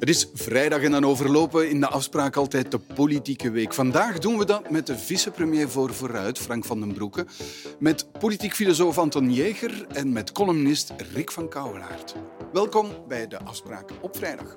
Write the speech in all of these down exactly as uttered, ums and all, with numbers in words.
Het is vrijdag en dan overlopen in de afspraak altijd de politieke week. Vandaag doen we dat met de vicepremier voor Vooruit, Frank van den Broeke, met politiek filosoof Anton Jäger en met columnist Rick van Kouwelaert. Welkom bij de afspraak op vrijdag.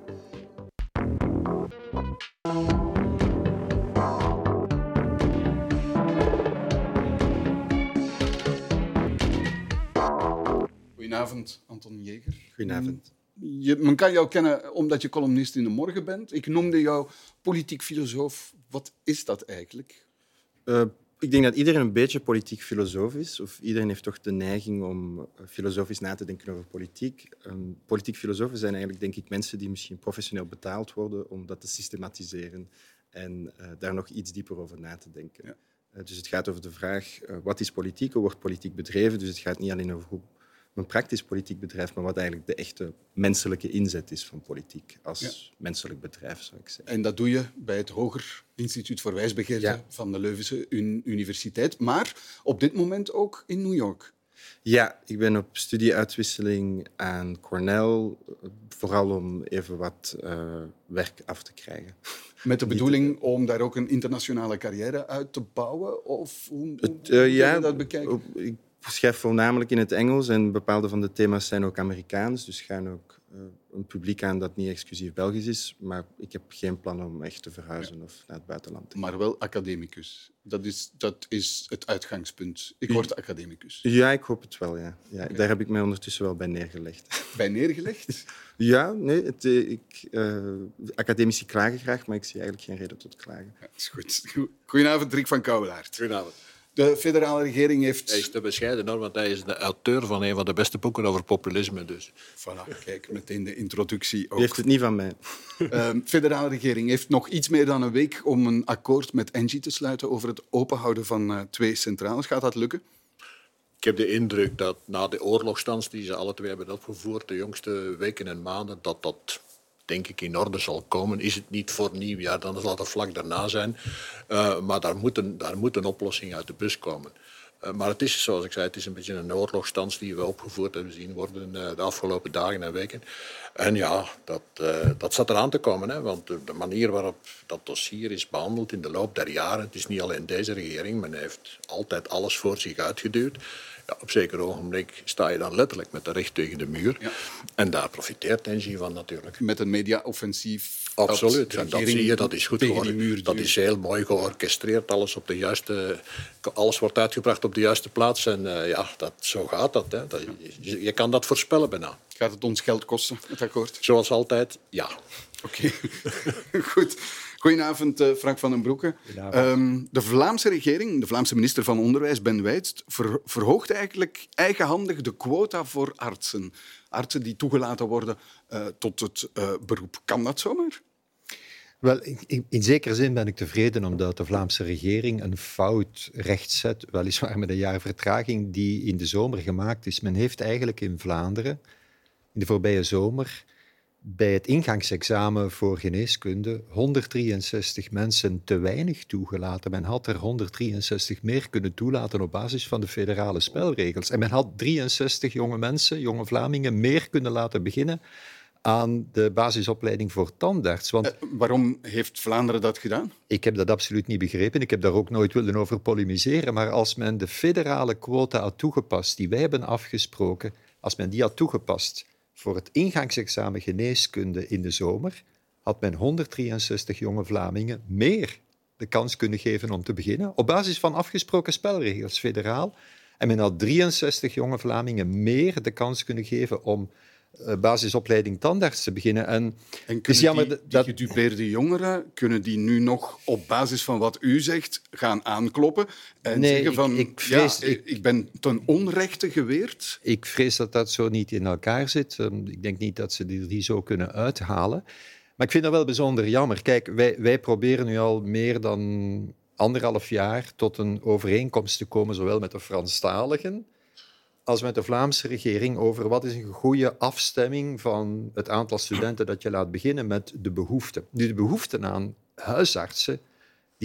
Goedenavond, Anton Jäger. Goedenavond. Je, men kan jou kennen omdat je columnist in De Morgen bent. Ik noemde jou politiek filosoof. Wat is dat eigenlijk? Uh, ik denk dat iedereen een beetje politiek filosoof is. Of iedereen heeft toch de neiging om filosofisch na te denken over politiek. Um, politiek filosofen zijn eigenlijk, denk ik, mensen die misschien professioneel betaald worden om dat te systematiseren en uh, daar nog iets dieper over na te denken. Ja. Uh, dus het gaat over de vraag, uh, wat is politiek? Hoe wordt politiek bedreven? Dus het gaat niet alleen over hoe een praktisch politiek bedrijf, maar wat eigenlijk de echte menselijke inzet is van politiek als ja. menselijk bedrijf, zou ik zeggen. En dat doe je bij het Hoger Instituut voor Wijsbegeerte ja. van de Leuvense Universiteit, maar op dit moment ook in New York. Ja, ik ben op studieuitwisseling aan Cornell, vooral om even wat uh, werk af te krijgen. Met de bedoeling om daar ook een internationale carrière uit te bouwen? Of hoe, hoe, het, uh, hoe ja, je dat bekijken? Ik schrijf voornamelijk in het Engels en bepaalde van de thema's zijn ook Amerikaans. Dus gaan ook uh, een publiek aan dat niet exclusief Belgisch is. Maar ik heb geen plan om echt te verhuizen ja. of naar het buitenland te gaan. Maar wel academicus. Dat is, dat is het uitgangspunt. Ik word academicus. Ja, ik hoop het wel, ja. ja okay. Daar heb ik mij ondertussen wel bij neergelegd. Bij neergelegd? Ja, nee. Het, ik, uh, academici klagen graag, maar ik zie eigenlijk geen reden tot klagen. Ja, is goed. Goedenavond, Rick van Kouwelaert. Goedenavond. De federale regering heeft... Hij is te bescheiden, hoor, want hij is de auteur van een van de beste boeken over populisme. Dus. Voilà, kijk, meteen de introductie ook. Die heeft het niet van mij. De uh, federale regering heeft nog iets meer dan een week om een akkoord met Engie te sluiten over het openhouden van uh, twee centrales. Gaat dat lukken? Ik heb de indruk dat na de oorlogstand die ze alle twee hebben opgevoerd, de jongste weken en maanden, dat dat... denk ik in orde zal komen. Is het niet voor nieuwjaar, dan zal het vlak daarna zijn. Uh, maar daar moet, een, daar moet een oplossing uit de bus komen. Uh, maar het is, zoals ik zei, het is een beetje een oorlogstand die we opgevoerd hebben zien worden uh, de afgelopen dagen en weken. En ja, dat, uh, dat zat eraan te komen. Hè? Want de, de manier waarop dat dossier is behandeld in de loop der jaren, het is niet alleen deze regering, men heeft altijd alles voor zich uitgeduwd. Ja, op zeker ogenblik sta je dan letterlijk met de rug tegen de muur. Ja. En daar profiteert Engie van natuurlijk. Met een media-offensief. Absoluut. En dat zie je, dat is goed geworden. Dat is heel mooi georchestreerd. Alles, op de juiste, alles wordt uitgebracht op de juiste plaats. En uh, ja, dat, zo gaat dat, hè. dat je, je kan dat voorspellen bijna. Gaat het ons geld kosten, het akkoord? Zoals altijd, ja. Oké, okay. Goed. Goedenavond, Frank van den Broeke. Um, de Vlaamse regering, de Vlaamse minister van Onderwijs, Ben Wijts, ver, verhoogt eigenlijk eigenhandig de quota voor artsen. Artsen die toegelaten worden uh, tot het uh, beroep. Kan dat zomaar? Wel, in, in zekere zin ben ik tevreden omdat de Vlaamse regering een fout rechtzet, weliswaar met een jaar vertraging, die in de zomer gemaakt is. Men heeft eigenlijk in Vlaanderen in de voorbije zomer bij het ingangsexamen voor geneeskunde honderddrieënzestig mensen te weinig toegelaten. Men had er honderddrieënzestig meer kunnen toelaten op basis van de federale spelregels. En men had drieënzestig jonge mensen, jonge Vlamingen, meer kunnen laten beginnen aan de basisopleiding voor tandarts. Want uh, waarom heeft Vlaanderen dat gedaan? Ik heb dat absoluut niet begrepen. Ik heb daar ook nooit willen over polemiseren. Maar als men de federale quota had toegepast, die wij hebben afgesproken, als men die had toegepast voor het ingangsexamen geneeskunde in de zomer, had men honderddrieënzestig jonge Vlamingen meer de kans kunnen geven om te beginnen, op basis van afgesproken spelregels, federaal. En men had drieënzestig jonge Vlamingen meer de kans kunnen geven om uh, basisopleiding tandarts te beginnen. En, en kunnen dus jammer die, dat, die gedupeerde jongeren, kunnen die nu nog op basis van wat u zegt gaan aankloppen en nee, zeggen van, ik, ik, vrees, ja, ik, ik ben ten onrechte geweerd? Ik vrees dat dat zo niet in elkaar zit. Ik denk niet dat ze die, die zo kunnen uithalen. Maar ik vind dat wel bijzonder jammer. Kijk, wij, wij proberen nu al meer dan anderhalf jaar tot een overeenkomst te komen, zowel met de Franstaligen als met de Vlaamse regering, over wat is een goede afstemming van het aantal studenten dat je laat beginnen met de behoefte. Nu, de behoefte aan huisartsen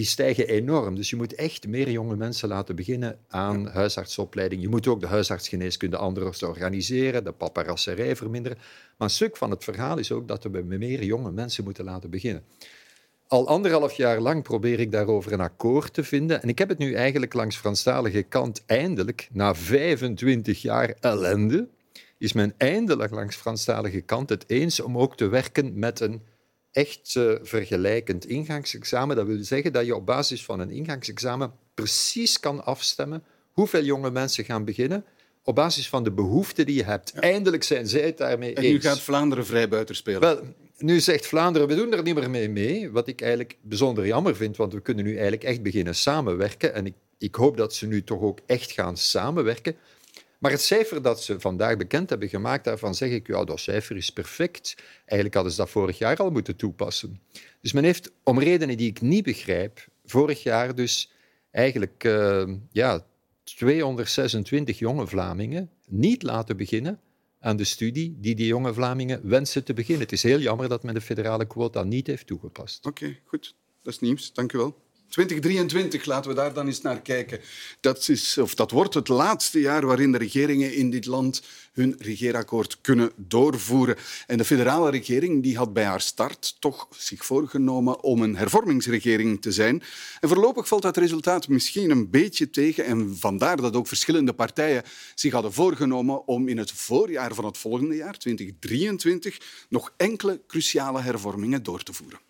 die stijgen enorm. Dus je moet echt meer jonge mensen laten beginnen aan huisartsopleiding. Je moet ook de huisartsgeneeskunde anders organiseren, de paparasserij verminderen. Maar een stuk van het verhaal is ook dat we meer jonge mensen moeten laten beginnen. Al anderhalf jaar lang probeer ik daarover een akkoord te vinden. En ik heb het nu eigenlijk langs Franstalige kant eindelijk, na vijfentwintig jaar ellende, is men eindelijk langs Franstalige kant het eens om ook te werken met een echt uh, vergelijkend ingangsexamen. Dat wil zeggen dat je op basis van een ingangsexamen precies kan afstemmen hoeveel jonge mensen gaan beginnen op basis van de behoeften die je hebt. Ja. Eindelijk zijn zij het daarmee en eens. En nu gaat Vlaanderen vrijbuiter spelen. Wel, nu zegt Vlaanderen, we doen er niet meer mee mee, wat ik eigenlijk bijzonder jammer vind, want we kunnen nu eigenlijk echt beginnen samenwerken. En ik, ik hoop dat ze nu toch ook echt gaan samenwerken. Maar het cijfer dat ze vandaag bekend hebben gemaakt, daarvan zeg ik, ja, dat cijfer is perfect. Eigenlijk hadden ze dat vorig jaar al moeten toepassen. Dus men heeft, om redenen die ik niet begrijp, vorig jaar dus eigenlijk uh, ja, tweehonderdzesentwintig jonge Vlamingen niet laten beginnen aan de studie die die jonge Vlamingen wensen te beginnen. Het is heel jammer dat men de federale quota niet heeft toegepast. Oké, okay, goed. Dat is nieuws. Dank u wel. twintig drieëntwintig, laten we daar dan eens naar kijken. Dat, is, of dat wordt het laatste jaar waarin de regeringen in dit land hun regeerakkoord kunnen doorvoeren. En de federale regering die had bij haar start toch zich voorgenomen om een hervormingsregering te zijn. En voorlopig valt dat resultaat misschien een beetje tegen. En vandaar dat ook verschillende partijen zich hadden voorgenomen om in het voorjaar van het volgende jaar, twintig drieëntwintig, nog enkele cruciale hervormingen door te voeren.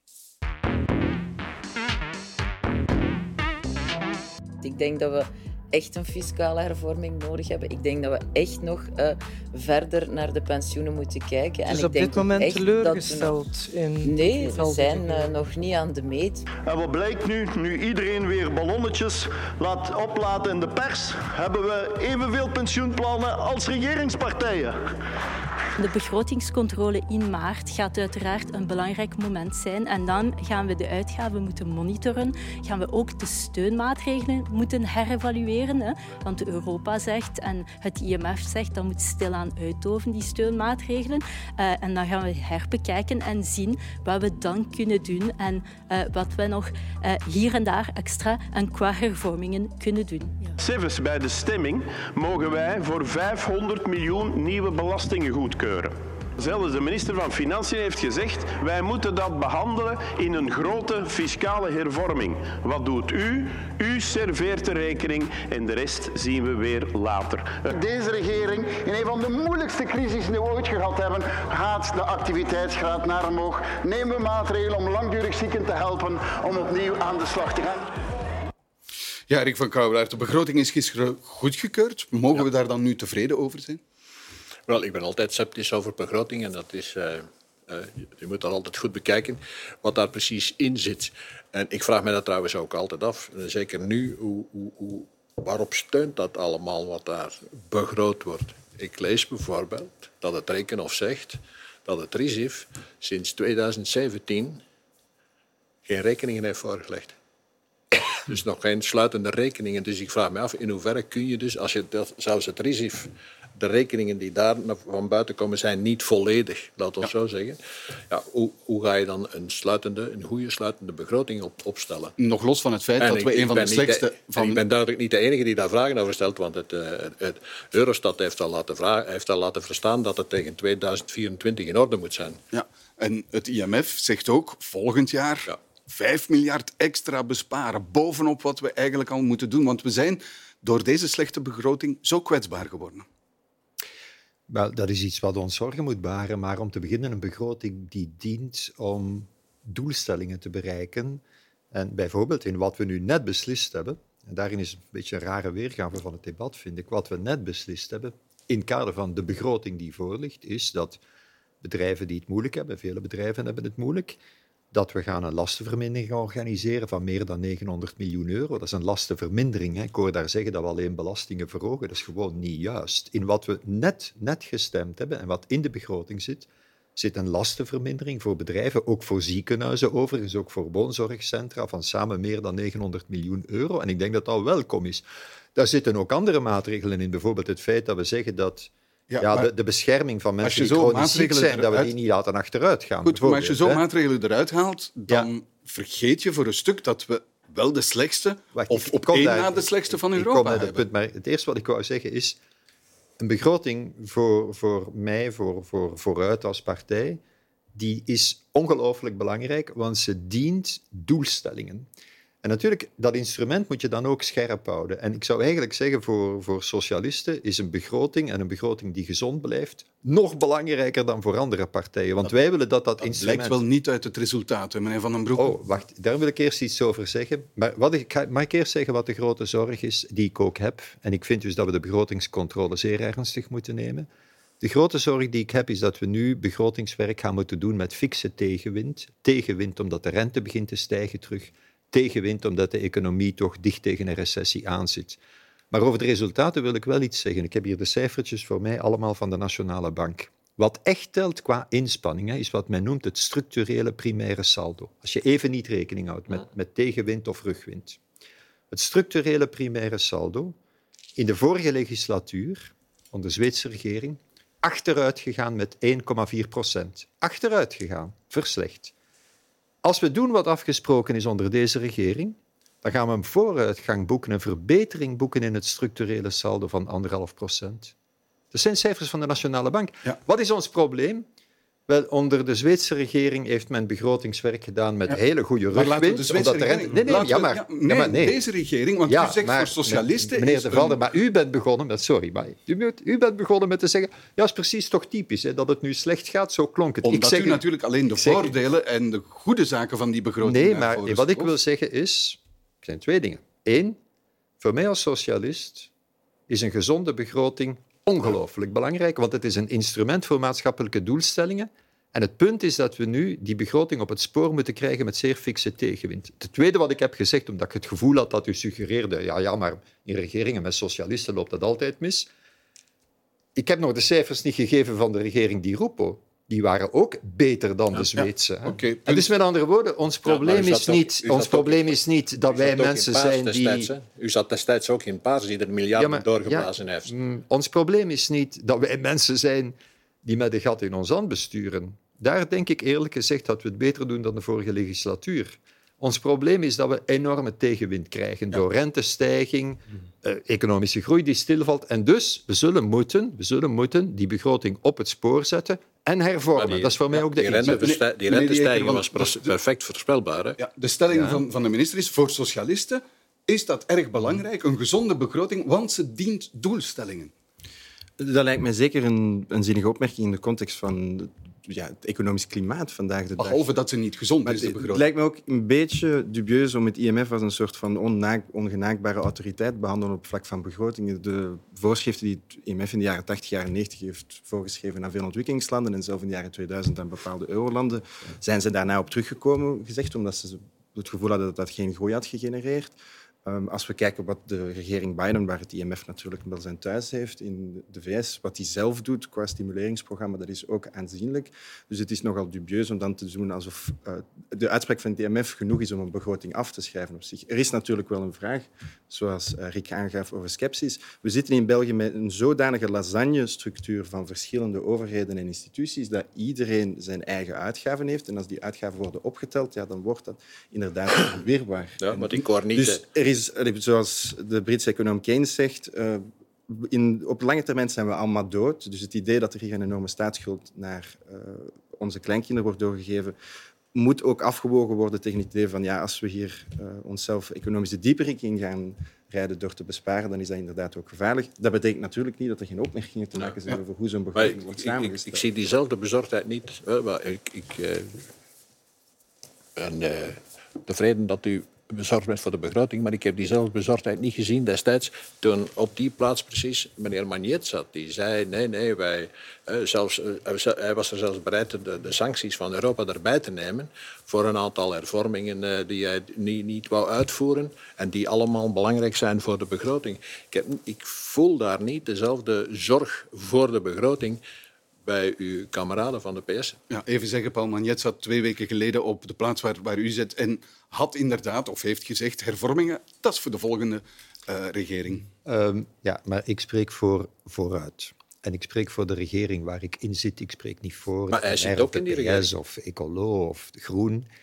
Ik denk dat we echt een fiscale hervorming nodig hebben. Ik denk dat we echt nog uh, verder naar de pensioenen moeten kijken. Het is en op ik dit denk moment teleurgesteld? Nog... In nee, we zijn uh, nog niet aan de meet. En wat blijkt nu? Nu iedereen weer ballonnetjes laat oplaten in de pers, hebben we evenveel pensioenplannen als regeringspartijen. De begrotingscontrole in maart gaat uiteraard een belangrijk moment zijn. En dan gaan we de uitgaven moeten monitoren. Gaan we ook de steunmaatregelen moeten herevalueren. Hè? Want Europa zegt en het I M F zegt dat moet stilaan uitdoven, die steunmaatregelen. Uh, en dan gaan we herbekijken en zien wat we dan kunnen doen en uh, wat we nog uh, hier en daar extra en qua hervormingen kunnen doen. Ja. Civis, bij de stemming mogen wij voor vijfhonderd miljoen nieuwe belastingen goedkeuren. Zelfs de minister van Financiën heeft gezegd, wij moeten dat behandelen in een grote fiscale hervorming. Wat doet u? U serveert de rekening en de rest zien we weer later. Deze regering, in een van de moeilijkste crises die we ooit gehad hebben, gaat de activiteitsgraad naar omhoog. Nemen we maatregelen om langdurig zieken te helpen om opnieuw aan de slag te gaan. Ja, Rick van Kouwelaert, de begroting is gisteren goedgekeurd. Mogen ja. we daar dan nu tevreden over zijn? Wel, ik ben altijd sceptisch over begroting en dat is, uh, uh, je moet dat altijd goed bekijken wat daar precies in zit. En ik vraag me dat trouwens ook altijd af, zeker nu, hoe, hoe, hoe, waarop steunt dat allemaal wat daar begroot wordt? Ik lees bijvoorbeeld dat het Rekenhof zegt dat het R I S I F sinds tweeduizend zeventien geen rekeningen heeft voorgelegd. Dus nog geen sluitende rekeningen. Dus ik vraag me af, in hoeverre kun je dus, als je dat, zelfs het R I S I F, de rekeningen die daar van buiten komen, zijn niet volledig, laat ons ja. zo zeggen. Ja, hoe, hoe ga je dan een, sluitende, een goede sluitende begroting op, opstellen? Nog los van het feit en dat ik, we een van de slechtste... De, van... Ik ben duidelijk niet de enige die daar vragen over stelt, want het, uh, het Eurostat heeft al, laten vragen, heeft al laten verstaan dat het tegen tweeduizend vierentwintig in orde moet zijn. Ja, en het I M F zegt ook, volgend jaar... Ja. vijf miljard extra besparen, bovenop wat we eigenlijk al moeten doen. Want we zijn door deze slechte begroting zo kwetsbaar geworden. Wel, dat is iets wat ons zorgen moet baren. Maar om te beginnen een begroting die dient om doelstellingen te bereiken. En bijvoorbeeld in wat we nu net beslist hebben, en daarin is een beetje een rare weergave van het debat, vind ik, wat we net beslist hebben, in het kader van de begroting die voor ligt, is dat bedrijven die het moeilijk hebben, vele bedrijven hebben het moeilijk, dat we gaan een lastenvermindering organiseren van meer dan negenhonderd miljoen euro. Dat is een lastenvermindering. Hè. Ik hoor daar zeggen dat we alleen belastingen verhogen. Dat is gewoon niet juist. In wat we net, net gestemd hebben en wat in de begroting zit, zit een lastenvermindering voor bedrijven, ook voor ziekenhuizen, overigens ook voor woonzorgcentra, van samen meer dan negenhonderd miljoen euro. En ik denk dat dat welkom is. Daar zitten ook andere maatregelen in. Bijvoorbeeld het feit dat we zeggen dat Ja, ja, de, de bescherming van mensen die chronisch ziek zijn, dat we die niet laten achteruit gaan. Goed, maar als je zo'n maatregelen eruit haalt, dan, ja. vergeet je voor een stuk dat we wel de slechtste, Wacht, of ik- op ik kom één daar- na de slechtste van ik Europa kom naar dat hebben. punt, maar het eerste wat ik wou zeggen is... Een begroting voor, voor mij, voor, voor Vooruit als partij, die is ongelooflijk belangrijk, want ze dient doelstellingen. En natuurlijk, dat instrument moet je dan ook scherp houden. En ik zou eigenlijk zeggen, voor, voor socialisten is een begroting, en een begroting die gezond blijft, nog belangrijker dan voor andere partijen. Want wij willen dat dat, Dat instrument... blijkt wel niet uit het resultaat, hè, meneer Van den Broek. Oh, wacht, daar wil ik eerst iets over zeggen. Maar wat ik, ga- mag ik eerst zeggen wat de grote zorg is, die ik ook heb? En ik vind dus dat we de begrotingscontrole zeer ernstig moeten nemen. De grote zorg die ik heb, is dat we nu begrotingswerk gaan moeten doen met fikse tegenwind. Tegenwind omdat de rente begint te stijgen terug. Tegenwind omdat de economie toch dicht tegen een recessie aanzit. Maar over de resultaten wil ik wel iets zeggen. Ik heb hier de cijfertjes voor mij allemaal van de Nationale Bank. Wat echt telt qua inspanningen is wat men noemt het structurele primaire saldo. Als je even niet rekening houdt met, met tegenwind of rugwind. Het structurele primaire saldo, in de vorige legislatuur, onder de Zweedse regering, achteruit gegaan met één komma vier procent. Achteruit gegaan, verslecht. Als we doen wat afgesproken is onder deze regering, dan gaan we een vooruitgang boeken, een verbetering boeken in het structurele saldo van anderhalf procent. Dat zijn cijfers van de Nationale Bank. Ja. Wat is ons probleem? Wel, onder de Zweedse regering heeft men begrotingswerk gedaan met Ja. hele goede Maar laten we rugwind. de Zweedse omdat de rente- regering... Nee, nee, laten ja, we- maar, ja, ja, nee, maar nee. deze regering, want Ja, u zegt maar, voor socialisten... Meneer is De een- Valder, maar u bent begonnen met... Sorry, maar u, moet- u bent begonnen met te zeggen... Ja, dat is precies toch typisch, hè, dat het nu slecht gaat. Zo klonk het. Omdat ik zeg u natuurlijk alleen de zeg- voordelen en de goede zaken van die begroting Nee, naar maar voren wat ik schoof. wil zeggen is... Er zijn twee dingen. Eén, voor mij als socialist is een gezonde begroting ongelooflijk belangrijk, want het is een instrument voor maatschappelijke doelstellingen. En het punt is dat we nu die begroting op het spoor moeten krijgen met zeer fikse tegenwind. Het tweede wat ik heb gezegd, omdat ik het gevoel had dat u suggereerde, ja, ja, maar in regeringen met socialisten loopt dat altijd mis. Ik heb nog de cijfers niet gegeven van de regering Di Rupo. Die waren ook beter dan de Zweedse. hè. Oké, En dus met andere woorden, ons probleem, maar u zat is, toch- niet, u ons zat toch- probleem is niet dat U wij zat ook in mensen Paars zijn destijds, die... hè? U zat destijds ook in Paars, die er miljarden maar- doorgeblazen ja, heeft. mm, ons probleem is niet dat wij mensen zijn die met een gat in ons hand besturen. Daar denk ik eerlijk gezegd dat we het beter doen dan de vorige legislatuur. Ons probleem is dat we enorme tegenwind krijgen door rentestijging, eh, economische groei die stilvalt. En dus, we zullen moeten, we zullen moeten die begroting op het spoor zetten en hervormen. Maar die- dat is voor mij ook de Die, inzet. renteverstij- die Meneer rentestijging Dieter, was want- pers- perfect voorspelbaar. Hè? Ja, de stelling van, van de minister is, voor socialisten is dat erg belangrijk, een gezonde begroting, want ze dient doelstellingen. Dat lijkt mij zeker een, een zinnige opmerking in de context van ja, het economisch klimaat vandaag de dag. Behalve dat ze niet gezond Maar is, de het begroting. lijkt me ook een beetje dubieus om het I M F als een soort van onnaak, ongenaakbare autoriteit te behandelen op het vlak van begrotingen. De voorschriften die het I M F in de jaren tachtig, jaren negentig heeft voorgeschreven aan veel ontwikkelingslanden en zelf in de jaren tweeduizend aan bepaalde eurolanden, zijn ze daarna op teruggekomen, gezegd, omdat ze het gevoel hadden dat dat geen groei had gegenereerd. Um, als we kijken wat de regering Biden, waar het I M F natuurlijk wel zijn thuis heeft in de V S, wat die zelf doet qua stimuleringsprogramma, dat is ook aanzienlijk. Dus het is nogal dubieus om dan te doen alsof uh, de uitspraak van het I M F genoeg is om een begroting af te schrijven op zich. Er is natuurlijk wel een vraag, zoals uh, Rick aangaf, over sceptisch. We zitten in België met een zodanige lasagne-structuur van verschillende overheden en instituties dat iedereen zijn eigen uitgaven heeft. En als die uitgaven worden opgeteld, ja, dan wordt dat inderdaad een wirwar. Ja, maar ik hoor niet... Dus er is, zoals de Britse econoom Keynes zegt, uh, in, op lange termijn zijn we allemaal dood. Dus het idee dat er hier een enorme staatsschuld naar uh, onze kleinkinderen wordt doorgegeven, moet ook afgewogen worden tegen het idee van ja, als we hier uh, onszelf economische dieperik in gaan rijden door te besparen, dan is dat inderdaad ook gevaarlijk. Dat betekent natuurlijk niet dat er geen opmerkingen te maken zijn ja. over hoe zo'n begroting maar wordt ik, ik, samengesteld. ik zie diezelfde bezorgdheid niet. Hè, maar ik, ik uh, ben uh, tevreden dat u bezorgd bent voor de begroting, maar ik heb diezelfde bezorgdheid niet gezien destijds toen op die plaats precies meneer Magnet zat. Die zei, nee, nee, wij, uh, zelfs, uh, hij was er zelfs bereid de, de sancties van Europa erbij te nemen voor een aantal hervormingen uh, die hij niet, niet wou uitvoeren en die allemaal belangrijk zijn voor de begroting. Ik, heb, ik voel daar niet dezelfde zorg voor de begroting bij uw kameraden van de P S. Ja, even zeggen, Paul Magnet zat twee weken geleden op de plaats waar, waar u zit en had inderdaad, of heeft gezegd, hervormingen, dat is voor de volgende uh, regering. Um, ja, maar ik spreek voor vooruit. En ik spreek voor de regering waar ik in zit. Ik spreek niet voor maar hij zit R, ook in die regering. Of Ecolo of Groen.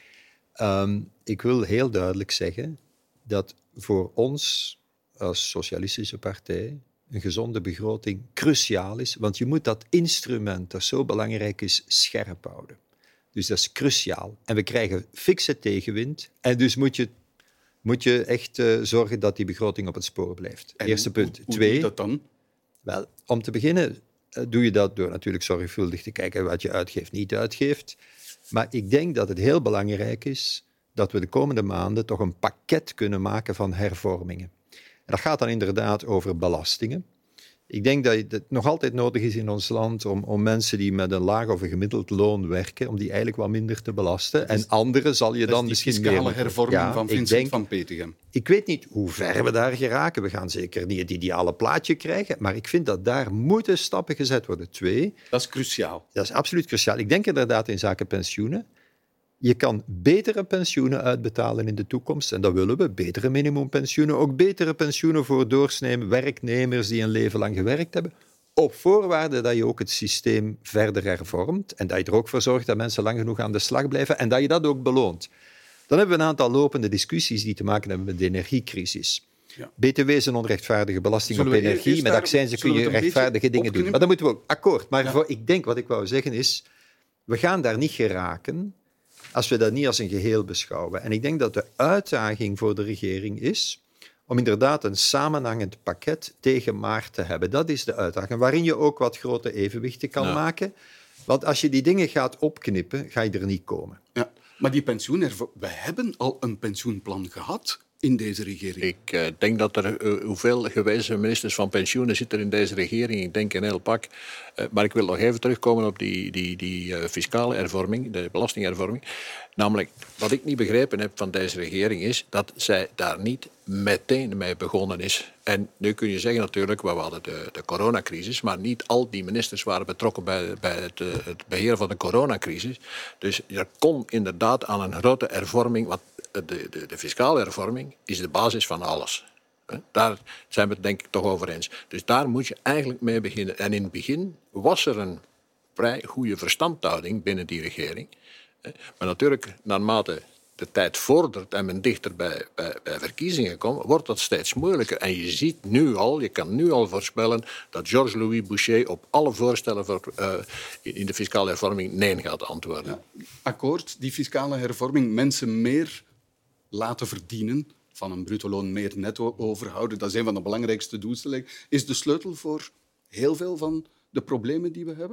Um, ik wil heel duidelijk zeggen dat voor ons als Socialistische Partij een gezonde begroting cruciaal is, want je moet dat instrument dat zo belangrijk is scherp houden. Dus dat is cruciaal. En we krijgen fikse tegenwind en dus moet je, moet je echt uh, zorgen dat die begroting op het spoor blijft. En Eerste punt. Hoe, hoe Twee, doe je dat dan? Wel, om te beginnen uh, doe je dat door natuurlijk zorgvuldig te kijken wat je uitgeeft, niet uitgeeft. Maar ik denk dat het heel belangrijk is dat we de komende maanden toch een pakket kunnen maken van hervormingen. En dat gaat dan inderdaad over belastingen. Ik denk dat het nog altijd nodig is in ons land om, om mensen die met een laag of een gemiddeld loon werken, om die eigenlijk wat minder te belasten. En anderen zal je dan misschien meer... Dat is die fiscale hervorming ja, van Vincent denk, van Petegem. Ik weet niet hoe ver we daar geraken. We gaan zeker niet het ideale plaatje krijgen, maar ik vind dat daar moeten stappen gezet worden. Twee. Dat is cruciaal. Dat is absoluut cruciaal. Ik denk inderdaad in zaken pensioenen. Je kan betere pensioenen uitbetalen in de toekomst. En dat willen we. Betere minimumpensioenen. Ook betere pensioenen voor doorsnee werknemers die een leven lang gewerkt hebben. Op voorwaarde dat je ook het systeem verder hervormt. En dat je er ook voor zorgt dat mensen lang genoeg aan de slag blijven. En dat je dat ook beloont. Dan hebben we een aantal lopende discussies die te maken hebben met de energiecrisis. Ja. B T W is een onrechtvaardige belasting zullen op energie. Met accijnzen kun je rechtvaardige dingen doen. Maar dat moeten we ook. Akkoord. Maar ja. voor, ik denk, wat ik wou zeggen is, we gaan daar niet geraken als we dat niet als een geheel beschouwen. En ik denk dat de uitdaging voor de regering is om inderdaad een samenhangend pakket tegen maart te hebben. Dat is de uitdaging, waarin je ook wat grote evenwichten kan ja. maken. Want als je die dingen gaat opknippen, ga je er niet komen. Ja, maar die pensioenhervorming... We hebben al een pensioenplan gehad in deze regering. Ik uh, denk dat er uh, hoeveel gewezen ministers van pensioenen zitten in deze regering. Ik denk een heel pak. Uh, maar ik wil nog even terugkomen op die, die, die uh, fiscale hervorming, de belastinghervorming. Namelijk, wat ik niet begrepen heb van deze regering is dat zij daar niet meteen mee begonnen is. En nu kun je zeggen natuurlijk, we hadden de, de coronacrisis, maar niet al die ministers waren betrokken bij, bij het, het beheer van de coronacrisis. Dus er kon inderdaad aan een grote hervorming, want de, de, de fiscale hervorming is de basis van alles. Daar zijn we het denk ik toch over eens. Dus daar moet je eigenlijk mee beginnen. En in het begin was er een vrij goede verstandhouding binnen die regering. Maar natuurlijk, naarmate de tijd vordert en men dichter bij, bij, bij verkiezingen komt, wordt dat steeds moeilijker. En je ziet nu al, je kan nu al voorspellen dat Georges-Louis Boucher op alle voorstellen voor, uh, in de fiscale hervorming nee gaat antwoorden. Ja, akkoord, die fiscale hervorming, mensen meer laten verdienen, van een bruto loon meer netto overhouden, dat is een van de belangrijkste doelstellingen. Is de sleutel voor heel veel van de problemen die we hebben?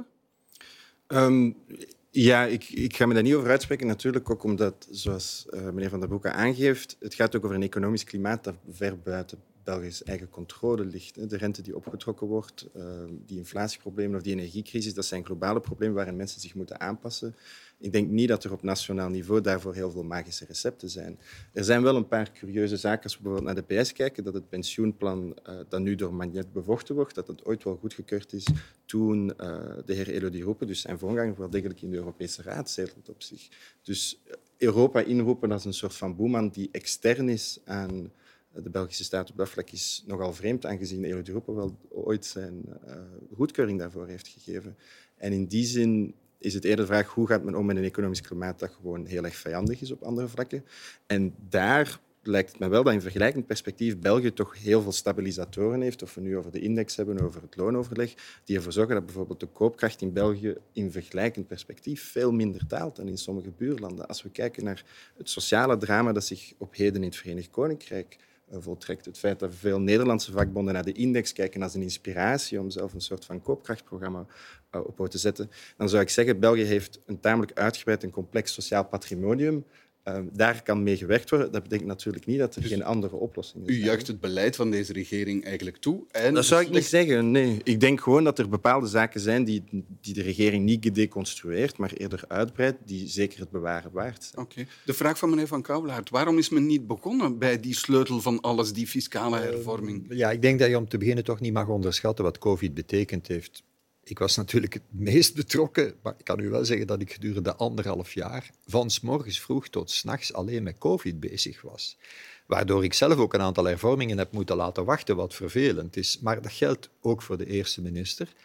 Um, Ja, ik, ik ga me daar niet over uitspreken. Natuurlijk ook omdat, zoals uh, meneer Van der Broeke aangeeft, het gaat ook over een economisch klimaat dat ver buiten Belgisch eigen controle ligt. De rente die opgetrokken wordt, uh, die inflatieproblemen of die energiecrisis, dat zijn globale problemen waarin mensen zich moeten aanpassen. Ik denk niet dat er op nationaal niveau daarvoor heel veel magische recepten zijn. Er zijn wel een paar curieuze zaken als we bijvoorbeeld naar de P S kijken, dat het pensioenplan uh, dat nu door Magnet bevochten wordt, dat het ooit wel goedgekeurd is toen uh, de heer Elodie Roepen, dus zijn voorganger, wel degelijk in de Europese Raad zetelt op zich. Dus Europa inroepen als een soort van boeman die extern is aan de Belgische staat op dat vlak is nogal vreemd, aangezien Elodie Roepen wel ooit zijn uh, goedkeuring daarvoor heeft gegeven. En in die zin is het eerder de vraag hoe gaat men om met een economisch klimaat dat gewoon heel erg vijandig is op andere vlakken. En daar lijkt het me wel dat in vergelijkend perspectief België toch heel veel stabilisatoren heeft, of we nu over de index hebben, over het loonoverleg, die ervoor zorgen dat bijvoorbeeld de koopkracht in België in vergelijkend perspectief veel minder daalt dan in sommige buurlanden. Als we kijken naar het sociale drama dat zich op heden in het Verenigd Koninkrijk voltrekt. Het feit dat veel Nederlandse vakbonden naar de index kijken als een inspiratie om zelf een soort van koopkrachtprogramma op poot te zetten, dan zou ik zeggen, België heeft een tamelijk uitgebreid en complex sociaal patrimonium. Uh, daar kan mee gewerkt worden. Dat betekent natuurlijk niet dat er dus geen andere oplossingen zijn. U juicht het beleid van deze regering eigenlijk toe? En dat zou ik niet zeggen, nee. Ik denk gewoon dat er bepaalde zaken zijn die, die de regering niet gedeconstrueert, maar eerder uitbreidt, die zeker het bewaren waard zijn. Okay. De vraag van meneer Van Kouwelaert. Waarom is men niet begonnen bij die sleutel van alles, die fiscale hervorming? Uh, ja, ik denk dat je om te beginnen toch niet mag onderschatten wat COVID betekend heeft. Ik was natuurlijk het meest betrokken, maar ik kan u wel zeggen dat ik gedurende anderhalf jaar van 's morgens vroeg tot 's nachts alleen met COVID bezig was. Waardoor ik zelf ook een aantal hervormingen heb moeten laten wachten, wat vervelend is. Maar dat geldt ook voor de eerste minister.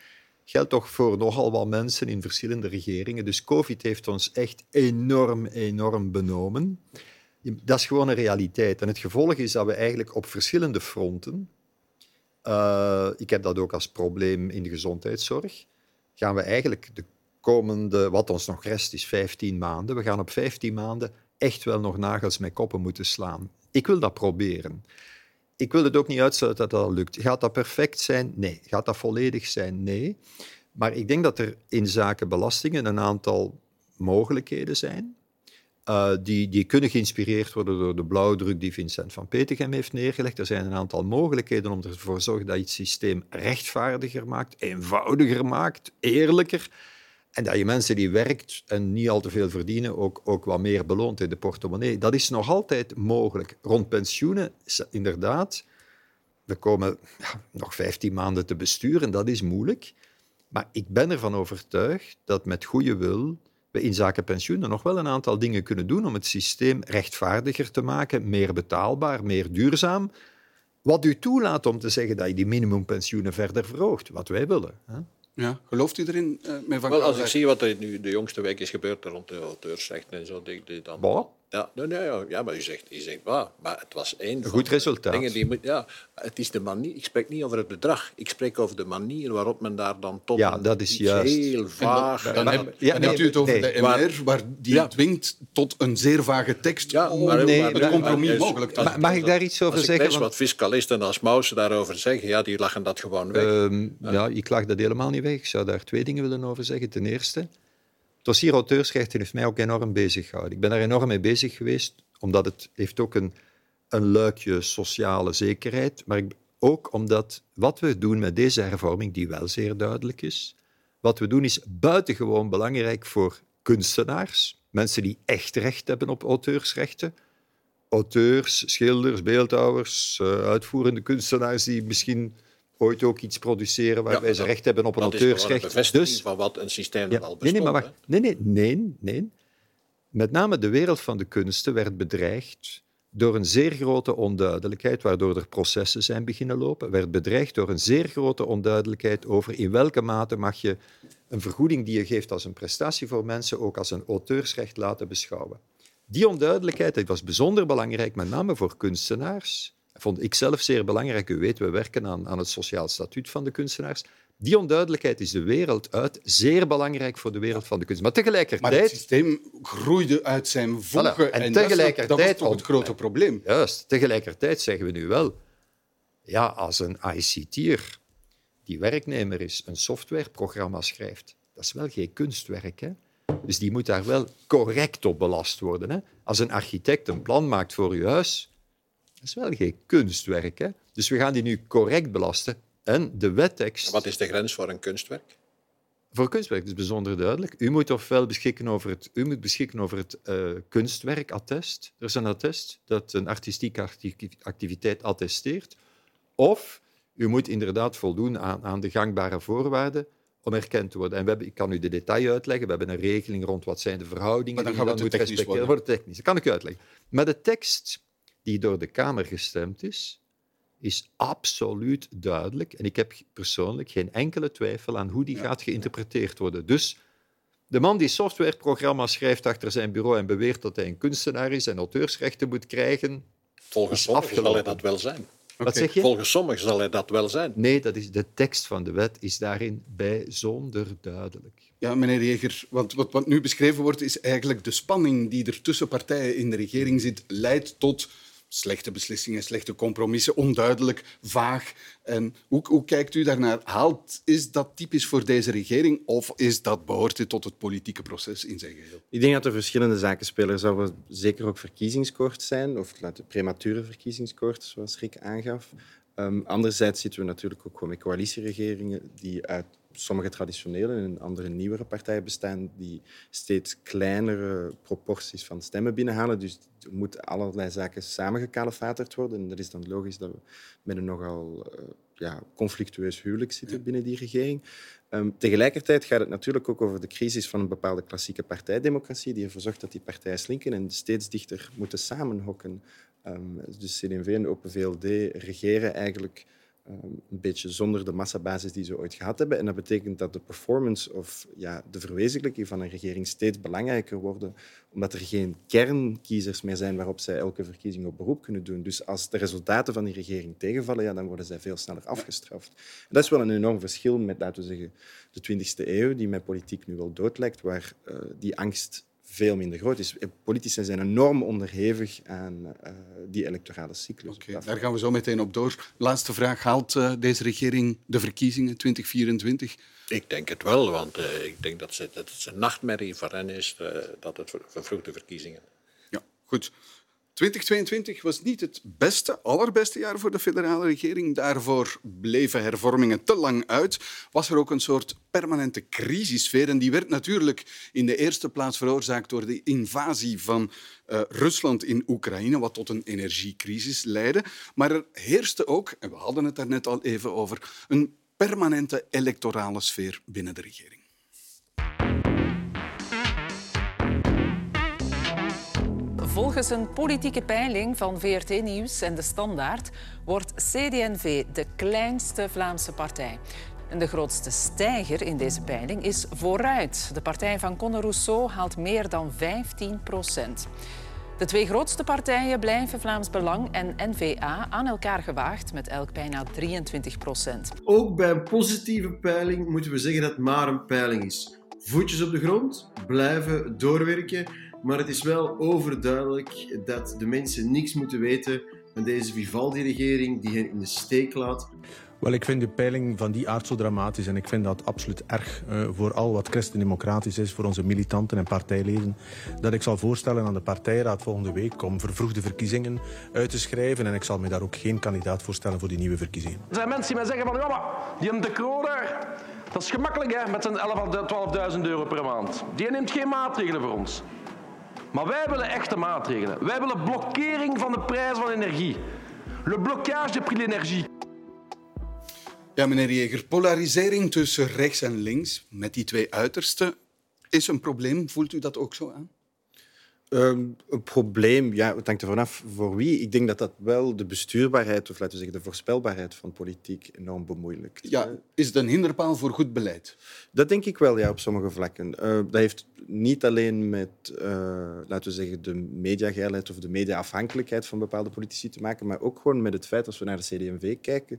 geldt toch voor nogal wat mensen in verschillende regeringen. Dus COVID heeft ons echt enorm, enorm benomen. Dat is gewoon een realiteit. En het gevolg is dat we eigenlijk op verschillende fronten, uh, ik heb dat ook als probleem in de gezondheidszorg, gaan we eigenlijk de komende, wat ons nog rest is, vijftien maanden, we gaan op vijftien maanden echt wel nog nagels met koppen moeten slaan. Ik wil dat proberen. Ik wil het ook niet uitsluiten dat dat lukt. Gaat dat perfect zijn? Nee. Gaat dat volledig zijn? Nee. Maar ik denk dat er in zaken belastingen een aantal mogelijkheden zijn. Uh, die, die kunnen geïnspireerd worden door de blauwdruk die Vincent van Petegem heeft neergelegd. Er zijn een aantal mogelijkheden om ervoor te zorgen dat je het systeem rechtvaardiger maakt, eenvoudiger maakt, eerlijker. En dat je mensen die werkt en niet al te veel verdienen ook, ook wat meer beloont in de portemonnee. Dat is nog altijd mogelijk. Rond pensioenen is inderdaad... We komen ja, nog vijftien maanden te besturen, dat is moeilijk. Maar ik ben ervan overtuigd dat met goede wil we in zaken pensioenen nog wel een aantal dingen kunnen doen om het systeem rechtvaardiger te maken, meer betaalbaar, meer duurzaam. Wat u toelaat om te zeggen dat je die minimumpensioenen verder verhoogt, wat wij willen. Hè? Ja, gelooft u erin? Uh, met Van Wel, als ik zie wat er nu de jongste week is gebeurd rond de auteursrechten en zo, denk ik dan... Bon. Ja, nee, nee, ja, maar u zegt, u zegt bah, maar het was één een van goed resultaat. Dingen die moet, ja, het is de manier. Ik spreek niet over het bedrag. Ik spreek over de manier waarop men daar dan tot ja, dat is juist. heel vaag... Dan, dan, dan, heb, ja, dan nee, hebt u het over nee, de M R, waar die ja. dwingt tot een zeer vage tekst ja, om maar, nee, maar, het compromis maar, mogelijk te maken. Mag ik daar iets over als zeggen? Als ik lees wat fiscalisten als Mausen daarover zeggen, ja, die lachen dat gewoon weg. Um, ja. ja, ik lag dat helemaal niet weg. Ik zou daar twee dingen willen over zeggen. Ten eerste, het dossier auteursrechten heeft mij ook enorm bezig gehouden. Ik ben daar enorm mee bezig geweest, omdat het heeft ook een, een luikje sociale zekerheid, maar ook omdat wat we doen met deze hervorming, die wel zeer duidelijk is, wat we doen is buitengewoon belangrijk voor kunstenaars, mensen die echt recht hebben op auteursrechten, auteurs, schilders, beeldhouwers, uitvoerende kunstenaars die misschien ooit ook iets produceren waarbij ja, ze recht hebben op een auteursrecht. Dat is een bevestiging dus, van wat een systeem ja, al bestond. Nee, nee, maar wacht. Nee, nee, nee, nee. Met name de wereld van de kunsten werd bedreigd door een zeer grote onduidelijkheid, waardoor er processen zijn beginnen lopen, werd bedreigd door een zeer grote onduidelijkheid over in welke mate mag je een vergoeding die je geeft als een prestatie voor mensen ook als een auteursrecht laten beschouwen. Die onduidelijkheid dat was bijzonder belangrijk, met name voor kunstenaars. Dat vond ik zelf zeer belangrijk. U weet, we werken aan, aan het sociaal statuut van de kunstenaars. Die onduidelijkheid is de wereld uit zeer belangrijk voor de wereld van de kunst. Maar tegelijkertijd... Maar het systeem groeide uit zijn voegen. Voilà. En, en tegelijkertijd... Dat was toch het grote probleem? Juist. Tegelijkertijd zeggen we nu wel... Ja, als een I C T'er die werknemer is, een softwareprogramma schrijft, dat is wel geen kunstwerk, hè? Dus die moet daar wel correct op belast worden. Hè? Als een architect een plan maakt voor uw huis, dat is wel geen kunstwerk. Hè? Dus we gaan die nu correct belasten. En de wettekst... Wat is de grens voor een kunstwerk? Voor kunstwerk, dat is bijzonder duidelijk. U moet ofwel beschikken over het, u moet beschikken over het uh, kunstwerkattest. Er is een attest dat een artistieke activiteit attesteert. Of u moet inderdaad voldoen aan, aan de gangbare voorwaarden om erkend te worden. En we hebben, ik kan u de detail uitleggen. We hebben een regeling rond wat zijn de verhoudingen maar dan die je dan moet respecteren. Wordt technisch. Dat kan ik u uitleggen. Maar de tekst die door de Kamer gestemd is, is absoluut duidelijk. En ik heb persoonlijk geen enkele twijfel aan hoe die ja. gaat geïnterpreteerd worden. Dus de man die softwareprogramma's schrijft achter zijn bureau en beweert dat hij een kunstenaar is en auteursrechten moet krijgen, volgens sommigen zal hij dat wel zijn. Wat okay. zeg je? Volgens sommigen zal hij dat wel zijn. Nee, dat is, de tekst van de wet is daarin bijzonder duidelijk. Ja, meneer Jeger, want wat, wat nu beschreven wordt is eigenlijk de spanning die er tussen partijen in de regering zit, leidt tot slechte beslissingen, slechte compromissen, onduidelijk, vaag. En hoe, hoe kijkt u daarnaar? Haalt, is dat typisch voor deze regering of is dat, behoort dit tot het politieke proces in zijn geheel? Ik denk dat er verschillende zaken spelen. Er zou zeker ook verkiezingskoorts zijn, of premature verkiezingskoorts, zoals Rick aangaf. Um, anderzijds zitten we natuurlijk ook gewoon met coalitieregeringen die uit sommige traditionele en andere nieuwere partijen bestaan die steeds kleinere proporties van stemmen binnenhalen. Dus er moeten allerlei zaken samengekalefaterd worden. En dat is dan logisch dat we met een nogal uh, ja, conflictueus huwelijk zitten binnen die regering. Um, tegelijkertijd gaat het natuurlijk ook over de crisis van een bepaalde klassieke partijdemocratie die ervoor zorgt dat die partijen slinken en steeds dichter moeten samenhokken. Um, dus C D en V en de Open V L D regeren eigenlijk een beetje zonder de massabasis die ze ooit gehad hebben. En dat betekent dat de performance of ja, de verwezenlijking van een regering steeds belangrijker worden, omdat er geen kernkiezers meer zijn waarop zij elke verkiezing op beroep kunnen doen. Dus als de resultaten van die regering tegenvallen, ja, dan worden zij veel sneller afgestraft. En dat is wel een enorm verschil met, laten we zeggen, de twintigste eeuw, die met politiek nu wel dood lijkt, waar uh, die angst veel minder groot is. Politici zijn enorm onderhevig aan uh, die electorale cyclus. Okay, daar gaan we zo meteen op door. Laatste vraag. Haalt uh, deze regering de verkiezingen twintig vierentwintig? Ik denk het wel, want uh, ik denk dat, ze, dat het een nachtmerrie voor hen is uh, dat het vervroegde verkiezingen. Ja, goed. twintig tweeëntwintig was niet het beste, allerbeste jaar voor de federale regering. Daarvoor bleven hervormingen te lang uit. Was er ook een soort permanente crisissfeer. En die werd natuurlijk in de eerste plaats veroorzaakt door de invasie van uh, Rusland in Oekraïne, wat tot een energiecrisis leidde. Maar er heerste ook, en we hadden het daar net al even over, een permanente electorale sfeer binnen de regering. Volgens een politieke peiling van V R T Nieuws en De Standaard wordt C D en V de kleinste Vlaamse partij. En de grootste stijger in deze peiling is Vooruit. De partij van Conor Rousseau haalt meer dan vijftien procent. De twee grootste partijen blijven Vlaams Belang en N V A aan elkaar gewaagd met elk bijna drieëntwintig procent. Ook bij een positieve peiling moeten we zeggen dat het maar een peiling is. Voetjes op de grond, blijven doorwerken. Maar het is wel overduidelijk dat de mensen niks moeten weten van deze Vivaldi-regering die hen in de steek laat. Wel, ik vind de peiling van die aard zo dramatisch en ik vind dat absoluut erg uh, voor al wat christendemocratisch is, voor onze militanten en partijleden, dat ik zal voorstellen aan de partijraad volgende week om vervroegde verkiezingen uit te schrijven en ik zal mij daar ook geen kandidaat voorstellen voor die nieuwe verkiezingen. Er zijn mensen die mij zeggen van, ja, maar die De Croo daar, dat is gemakkelijk hè, met zijn elf à twaalfduizend euro per maand. Die neemt geen maatregelen voor ons. Maar wij willen echte maatregelen. Wij willen blokkering van de prijs van energie. Le blocage de prix de l'énergie. Ja, meneer Jeger, polarisering tussen rechts en links, met die twee uitersten, is een probleem. Voelt u dat ook zo aan? Um, een probleem, ja, het hangt ervan af voor wie. Ik denk dat dat wel de bestuurbaarheid, of laten we zeggen de voorspelbaarheid van politiek enorm bemoeilijkt. Ja, is het een hinderpaal voor goed beleid? Dat denk ik wel, ja, op sommige vlakken. Uh, dat heeft niet alleen met, uh, laten we zeggen, de mediageilheid of de mediaafhankelijkheid van bepaalde politici te maken, maar ook gewoon met het feit, als we naar de C D en V kijken,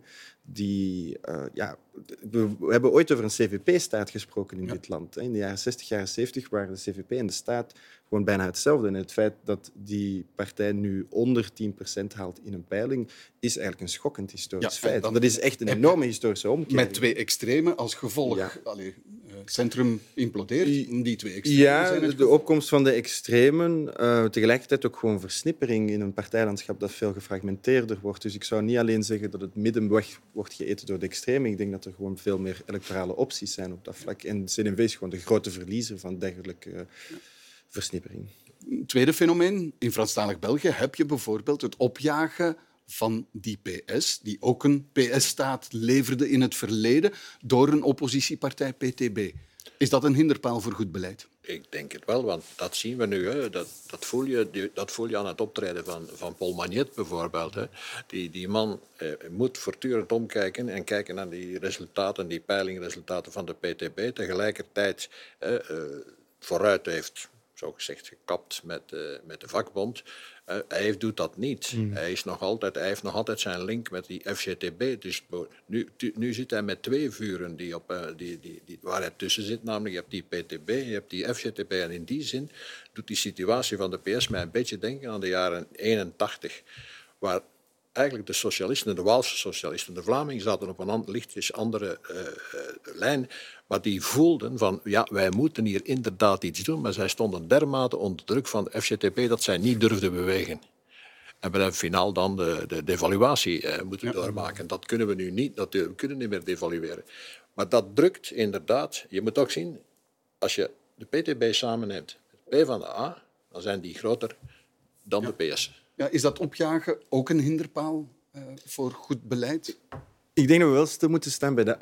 die, uh, ja, we hebben ooit over een C V P-staat gesproken in ja. dit land. In de jaren zestig, jaren zeventig waren de C V P en de staat gewoon bijna hetzelfde. En het feit dat die partij nu onder tien procent haalt in een peiling, is eigenlijk een schokkend historisch ja, feit. Dat is echt een enorme historische omkering. Met twee extremen als gevolg. Ja. Allee, het centrum implodeert, die twee extremen ja, zijn het de opkomst van de extremen. Uh, tegelijkertijd ook gewoon versnippering in een partijlandschap dat veel gefragmenteerder wordt. Dus ik zou niet alleen zeggen dat het midden weg wordt geëten door de extremen. Ik denk dat er gewoon veel meer electorale opties zijn op dat vlak. En de C D en V is gewoon de grote verliezer van dergelijke uh, versnippering. Tweede fenomeen. In Franstalig België heb je bijvoorbeeld het opjagen van die P S, die ook een P S-staat leverde in het verleden, door een oppositiepartij P T B. Is dat een hinderpaal voor goed beleid? Ik denk het wel, want dat zien we nu. Hè. Dat, dat, voel je, dat voel je aan het optreden van, van Paul Magnet bijvoorbeeld. Hè. Die, die man eh, moet voortdurend omkijken en kijken naar die resultaten, die peilingresultaten van de P T B. Tegelijkertijd eh, uh, vooruit heeft, zo gezegd, gekapt met, uh, met de vakbond. Uh, hij doet dat niet. Mm. Hij, is nog altijd, hij heeft nog altijd zijn link met die F C T B. Dus nu, nu zit hij met twee vuren die op, uh, die, die, die, waar hij tussen zit. Namelijk, je hebt die P T B, je hebt die F C T B. En in die zin doet die situatie van de P S mij een beetje denken aan de jaren eenentachtig. Waar eigenlijk de socialisten, de Waalse socialisten, de Vlamingen zaten op een lichtjes andere uh, uh, lijn. Maar die voelden van, ja, wij moeten hier inderdaad iets doen. Maar zij stonden dermate onder druk van de F C T B dat zij niet durfden bewegen. En we hebben finaal dan de, de devaluatie uh, moeten ja. doormaken. Dat kunnen we nu niet, dat, we kunnen niet meer devalueren. Maar dat drukt inderdaad. Je moet ook zien, als je de P T B samenneemt met P van de A, dan zijn die groter dan ja. de P S. Ja, is dat opjagen ook een hinderpaal uh, voor goed beleid? Ik denk dat we wel stil moeten staan bij de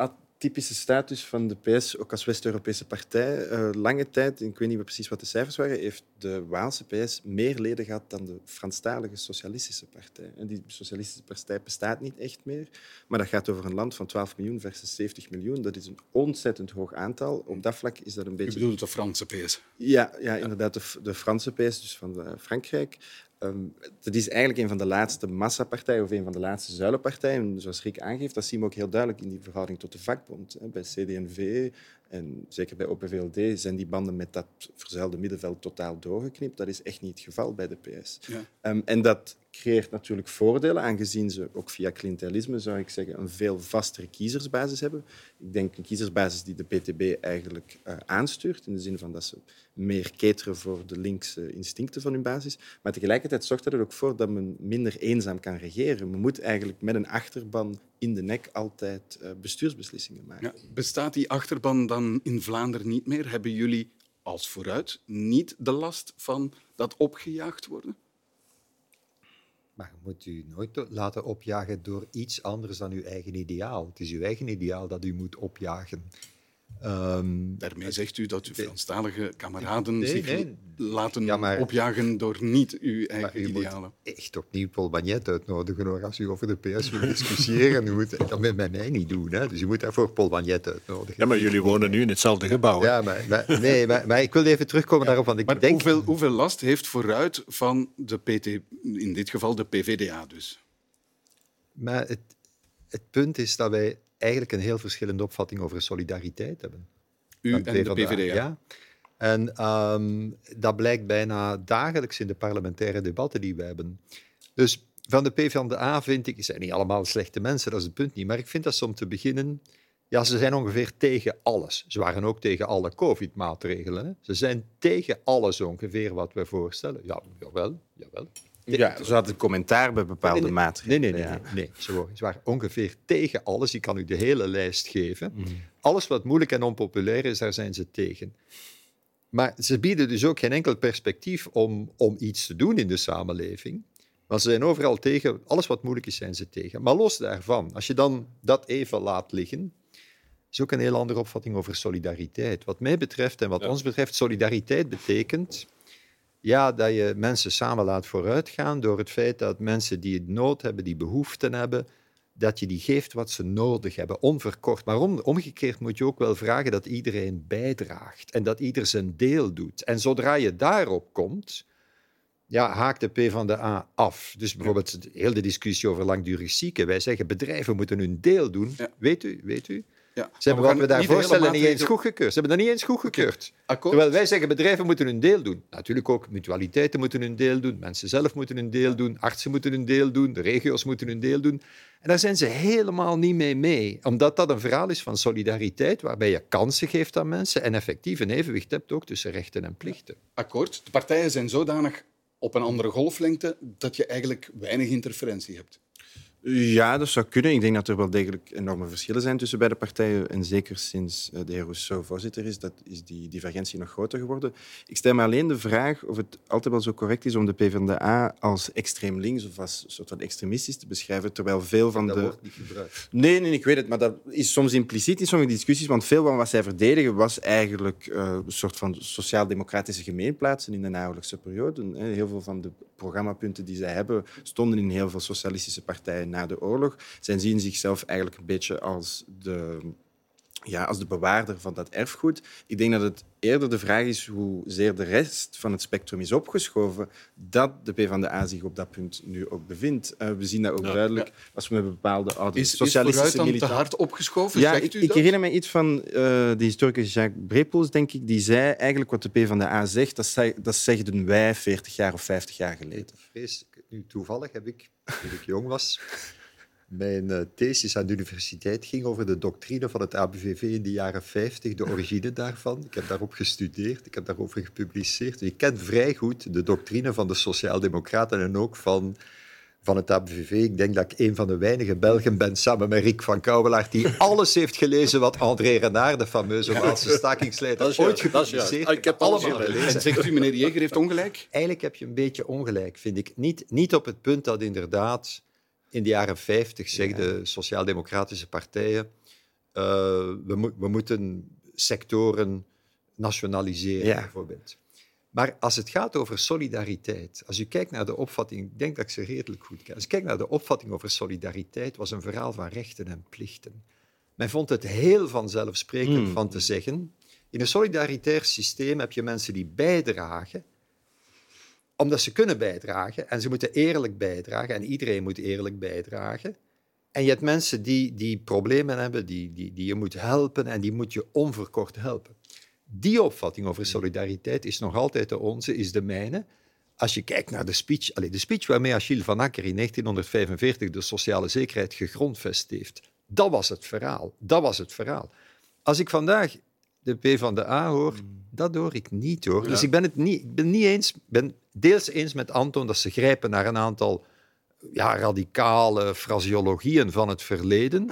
typische status van de P S, ook als West-Europese partij. Uh, lange tijd, ik weet niet meer precies wat de cijfers waren, heeft de Waalse P S meer leden gehad dan de Franstalige Socialistische Partij. En die Socialistische Partij bestaat niet echt meer, maar dat gaat over een land van twaalf miljoen versus zeventig miljoen. Dat is een ontzettend hoog aantal. Op dat vlak is dat een beetje... Je bedoelt de Franse P S? Ja, ja inderdaad, de, de Franse P S, dus van uh, Frankrijk. Um, dat is eigenlijk een van de laatste massapartijen of een van de laatste zuilenpartijen. Zoals Rick aangeeft, dat zien we ook heel duidelijk in die verhouding tot de vakbond. Bij C D en V en zeker bij O P V L D zijn die banden met dat verzuilde middenveld totaal doorgeknipt. Dat is echt niet het geval bij de P S. Ja. Um, en dat creëert natuurlijk voordelen, aangezien ze ook via cliëntelisme, zou ik zeggen, een veel vastere kiezersbasis hebben. Ik denk een kiezersbasis die de P T B eigenlijk uh, aanstuurt, in de zin van dat ze meer cateren voor de linkse instincten van hun basis. Maar tegelijkertijd zorgt dat er ook voor dat men minder eenzaam kan regeren. Men moet eigenlijk met een achterban in de nek altijd uh, bestuursbeslissingen maken. Ja, bestaat die achterban dan in Vlaanderen niet meer? Hebben jullie als Vooruit niet de last van dat opgejaagd worden? Maar je moet u nooit laten opjagen door iets anders dan uw eigen ideaal. Het is uw eigen ideaal dat u moet opjagen. Um, Daarmee zegt u dat uw Franstalige kameraden nee, zich nee. laten ja, maar, opjagen door niet uw eigen u idealen. Moet echt opnieuw Paul Bagnet uitnodigen hoor, als u over de P S wil discussiëren. U moet dat met mij niet doen. Hè. Dus u moet daarvoor Paul Bagnet uitnodigen. Ja, maar jullie wonen nu in hetzelfde gebouw. Ja, maar, maar, nee, maar, maar ik wil even terugkomen ja, daarop. Want ik maar denk... hoeveel, hoeveel last heeft Vooruit van de P T, in dit geval de P V D A dus? Maar het, het punt is dat wij eigenlijk een heel verschillende opvatting over solidariteit hebben. U en de P V D A? Ja. En um, dat blijkt bijna dagelijks in de parlementaire debatten die we hebben. Dus van de PvdA vind ik... Het zijn niet allemaal slechte mensen, dat is het punt niet. Maar ik vind dat ze om te beginnen... Ja, ze zijn ongeveer tegen alles. Ze waren ook tegen alle covid-maatregelen. Hè. Ze zijn tegen alles ongeveer wat we voorstellen. Ja, jawel, jawel. Ja, ze hadden commentaar bij bepaalde nee, nee, maatregelen. Nee, nee, nee. nee, nee. Ze, ze waren ongeveer tegen alles. Ik kan u de hele lijst geven. Mm. Alles wat moeilijk en onpopulair is, daar zijn ze tegen. Maar ze bieden dus ook geen enkel perspectief om, om iets te doen in de samenleving. Want ze zijn overal tegen. Alles wat moeilijk is, zijn ze tegen. Maar los daarvan, als je dan dat even laat liggen, is ook een heel andere opvatting over solidariteit. Wat mij betreft en wat ja. ons betreft, solidariteit betekent... Ja, dat je mensen samen laat vooruitgaan door het feit dat mensen die nood hebben, die behoeften hebben, dat je die geeft wat ze nodig hebben, onverkort. Maar om, omgekeerd moet je ook wel vragen dat iedereen bijdraagt en dat ieder zijn deel doet. En zodra je daarop komt, ja, haakt de PvdA af. Dus bijvoorbeeld heel de discussie over langdurig zieken. Wij zeggen, bedrijven moeten hun deel doen. Ja. Weet u, weet u? Ja. Ze hebben wat we daar voorstellen niet eens goedgekeurd. Ze hebben dat niet eens goedgekeurd. Okay. Terwijl wij zeggen, bedrijven moeten hun deel doen. Natuurlijk ook mutualiteiten moeten hun deel doen. Mensen zelf moeten hun deel doen. Artsen moeten hun deel doen. De regio's moeten hun deel doen. En daar zijn ze helemaal niet mee mee. Omdat dat een verhaal is van solidariteit, waarbij je kansen geeft aan mensen en effectief een evenwicht hebt ook tussen rechten en plichten. Akkoord. De partijen zijn zodanig op een andere golflengte dat je eigenlijk weinig interferentie hebt. Ja, dat zou kunnen. Ik denk dat er wel degelijk enorme verschillen zijn tussen beide partijen. En zeker sinds de heer Rousseau voorzitter is, dat is die divergentie nog groter geworden. Ik stel me alleen de vraag of het altijd wel zo correct is om de PvdA als extreem links of als een soort van extremistisch te beschrijven, terwijl veel van dat de... Dat wordt niet gebruikt. Nee, nee, ik weet het, maar dat is soms impliciet in sommige discussies, want veel van wat zij verdedigen was eigenlijk uh, een soort van sociaal-democratische gemeenplaatsen in de naoorlogse periode. Heel veel van de programmapunten die zij hebben stonden in heel veel socialistische partijen na de oorlog. Zij zien zichzelf eigenlijk een beetje als de, ja, als de bewaarder van dat erfgoed. Ik denk dat het eerder de vraag is hoezeer de rest van het spectrum is opgeschoven, dat de PvdA zich op dat punt nu ook bevindt. Uh, we zien dat ook ja, duidelijk ja. als we met bepaalde oude is, socialistische is militanten... te hard opgeschoven? Ja, zegt ik, u ik dat? herinner me iets van uh, de historicus Jacques Brepoels, denk ik, die zei eigenlijk wat de PvdA zegt, dat, zei, dat zegden wij veertig jaar of vijftig jaar geleden. Vrees, nu toevallig heb ik, toen ik jong was... Mijn uh, thesis aan de universiteit ging over de doctrine van het A B V V in de jaren vijftig, de origine daarvan. Ik heb daarop gestudeerd, ik heb daarover gepubliceerd. Dus ik ken vrij goed de doctrine van de Sociaaldemocraten en ook van, van het A B V V. Ik denk dat ik een van de weinige Belgen ben, samen met Rick van Kouwelaar, die alles heeft gelezen wat André Renard, de fameuze Waalse stakingsleider, ooit gepubliceerd heeft. Ik heb allemaal gelezen. En zegt u, meneer Jeger heeft ongelijk? Eigenlijk heb je een beetje ongelijk, vind ik. Niet, niet op het punt dat inderdaad... In de jaren vijftig zeggen de sociaal-democratische partijen Uh, we, mo- we moeten sectoren nationaliseren, ja. bijvoorbeeld. Maar als het gaat over solidariteit, als u kijkt naar de opvatting, ik denk dat ik ze redelijk goed ken, als je kijkt naar de opvatting over solidariteit, was een verhaal van rechten en plichten. Men vond het heel vanzelfsprekend hmm. van te zeggen, in een solidaritair systeem heb je mensen die bijdragen, omdat ze kunnen bijdragen, en ze moeten eerlijk bijdragen, en iedereen moet eerlijk bijdragen. En je hebt mensen die, die problemen hebben, die, die, die je moet helpen, en die moet je onverkort helpen. Die opvatting over solidariteit is nog altijd de onze, is de mijne. Als je kijkt naar de speech, allez, de speech waarmee Achille van Acker in negentien vijfenveertig de sociale zekerheid gegrondvest heeft, dat was het verhaal. Dat was het verhaal. Als ik vandaag de PvdA hoor, dat hoor ik niet, hoor. Ja. Dus ik ben het niet, ik ben niet eens, ben deels eens met Anton dat ze grijpen naar een aantal ja, radicale fraseologieën van het verleden.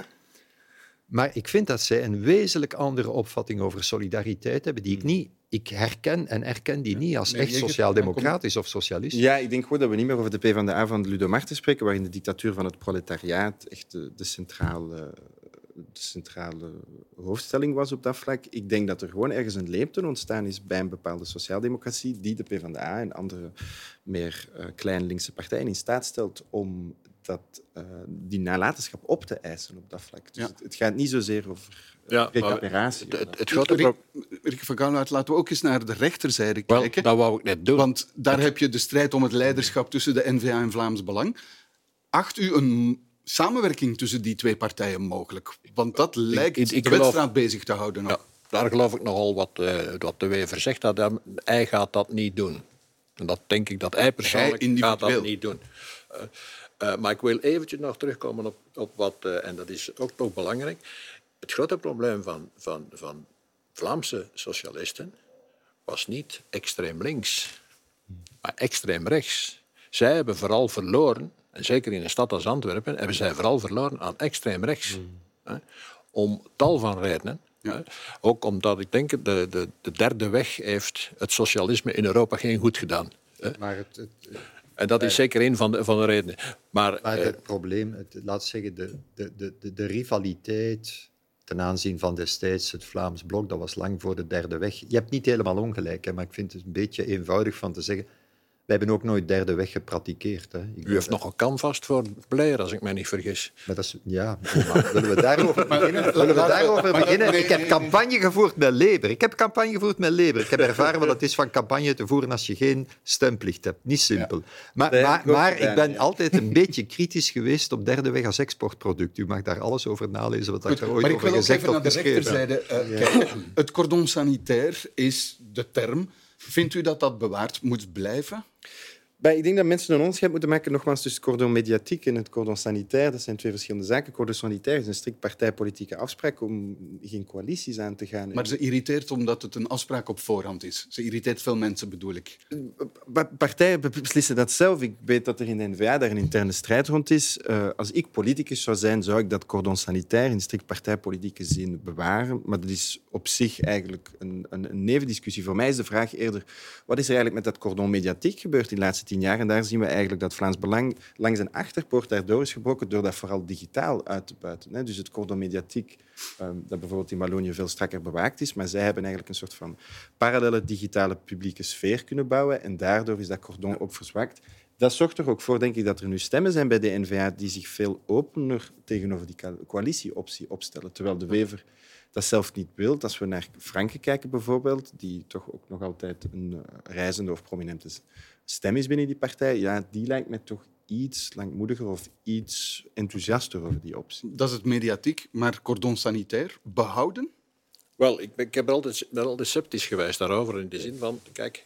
Maar ik vind dat zij een wezenlijk andere opvatting over solidariteit hebben, die ik niet... Ik herken en erken die niet als echt sociaal-democratisch of socialistisch. Ja, ik denk gewoon dat we niet meer over de PvdA van Ludo Martens spreken, waarin de dictatuur van het proletariaat echt de, de, centrale, de centrale hoofdstelling was op dat vlak. Ik denk dat er gewoon ergens een leemte ontstaan is bij een bepaalde sociaaldemocratie die de PvdA en andere meer uh, klein linkse partijen in staat stelt om dat, uh, die nalatenschap op te eisen op dat vlak. Dus ja. het, het gaat niet zozeer over ja, recaperatie. Het, het, het grote pro- Rieke van Gaanluit, laten we ook eens naar de rechterzijde Wel, kijken. Dat wou ik net doen. Want daar heb je de strijd om het leiderschap tussen de N V A en Vlaams Belang. Acht u een samenwerking tussen die twee partijen mogelijk? Want dat lijkt ik, ik, ik de geloof, wedstrijd bezig te houden. Ja, daar geloof ik nogal wat, uh, wat de Wever zegt. Dat hij gaat dat niet doen. En dat denk ik dat hij persoonlijk hij gaat dat niet doen. Uh, uh, maar ik wil eventjes nog terugkomen op, op wat, uh, en dat is ook toch belangrijk. Het grote probleem van, van, van Vlaamse socialisten was niet extreem links, maar extreem rechts. Zij hebben vooral verloren, en zeker in een stad als Antwerpen, hebben zij vooral verloren aan extreem rechts. Mm. Hè, om tal van redenen. Ja. Hè, ook omdat ik denk, de, de, de derde weg heeft het socialisme in Europa geen goed gedaan. Hè. Maar het, het, en dat is zeker een van de, van de redenen. Maar, maar het, het probleem, het, laat zeggen, de, de, de, de rivaliteit ten aanzien van destijds het Vlaams Blok, dat was lang voor de derde weg. Je hebt niet helemaal ongelijk, hè, maar ik vind het een beetje eenvoudig van te zeggen. Wij hebben ook nooit derde weg gepratikeerd. Hè. Ik U heeft nog een canvast voor Blair, als ik mij niet vergis. Maar dat is, ja, maar willen we daarover beginnen? Willen we daarover beginnen? Ik heb campagne gevoerd met Labour. Ik heb campagne gevoerd met Labour. Ik heb ervaren wat het is van campagne te voeren als je geen stemplicht hebt. Niet simpel. Ja. Maar, nee, maar, maar ik ben altijd een beetje kritisch geweest op derde weg als exportproduct. U mag daar alles over nalezen wat ik daar ooit over gezegd of geschreven heb. Uh, ja. Het cordon sanitair is de term. Vindt u dat dat bewaard moet blijven? Bij, ik denk dat mensen een onderscheid moeten maken nogmaals tussen het cordon mediatiek en het cordon sanitair. Dat zijn twee verschillende zaken. Het cordon sanitair is een strikt partijpolitieke afspraak om geen coalities aan te gaan. Maar ze irriteert omdat het een afspraak op voorhand is. Ze irriteert veel mensen, bedoel ik. Partijen beslissen dat zelf. Ik weet dat er in de N V A daar een interne strijd rond is. Uh, als ik politicus zou zijn, zou ik dat cordon sanitair in strikt partijpolitieke zin bewaren. Maar dat is op zich eigenlijk een, een, een nevendiscussie. Voor mij is de vraag eerder, wat is er eigenlijk met dat cordon mediatiek gebeurd in de laatste tien jaar? En daar zien we eigenlijk dat Vlaams Belang langs een achterpoort daardoor is gebroken door dat vooral digitaal uit te buiten. Dus het cordon mediatiek, dat bijvoorbeeld in Wallonië veel strakker bewaakt is, maar zij hebben eigenlijk een soort van parallele digitale publieke sfeer kunnen bouwen en daardoor is dat cordon ook verzwakt. Dat zorgt er ook voor, denk ik, dat er nu stemmen zijn bij de N V A die zich veel opener tegenover die coalitieoptie opstellen, terwijl de Wever dat zelf niet wil. Als we naar Franken kijken bijvoorbeeld, die toch ook nog altijd een reizende of prominente stem is binnen die partij, ja, die lijkt me toch iets langmoediger of iets enthousiaster over die optie. Dat is het mediatiek, maar cordon sanitair behouden? Wel, ik ben, ik heb altijd, ben altijd sceptisch geweest daarover, in de zin van, kijk,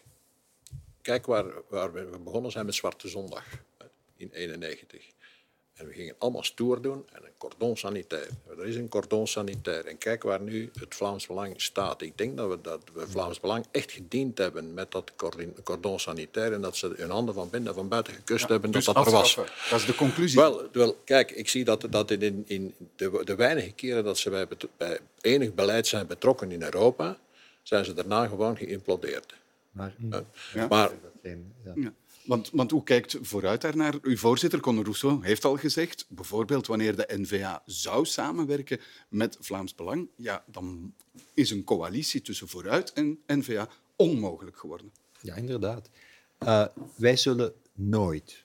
kijk waar, waar we begonnen zijn met Zwarte Zondag in eenennegentig. En we gingen allemaal stoer doen en een cordon sanitair. Er is een cordon sanitair. En kijk waar nu het Vlaams Belang staat. Ik denk dat we, dat we Vlaams Belang echt gediend hebben met dat cordon sanitair en dat ze hun handen van binnen en van buiten gekust ja, hebben dus dat dat er was. Dat is de conclusie. Wel, wel kijk, ik zie dat, dat in, in de, de weinige keren dat ze bij, bij enig beleid zijn betrokken in Europa, zijn ze daarna gewoon geïmplodeerd. Maar, Uh, ja. maar ja. Ja. Want, want hoe kijkt vooruit daarnaar? Uw voorzitter, Conor Rousseau, heeft al gezegd, bijvoorbeeld wanneer de N V A zou samenwerken met Vlaams Belang, ja, dan is een coalitie tussen Vooruit en N V A onmogelijk geworden. Ja, inderdaad. Uh, wij zullen nooit,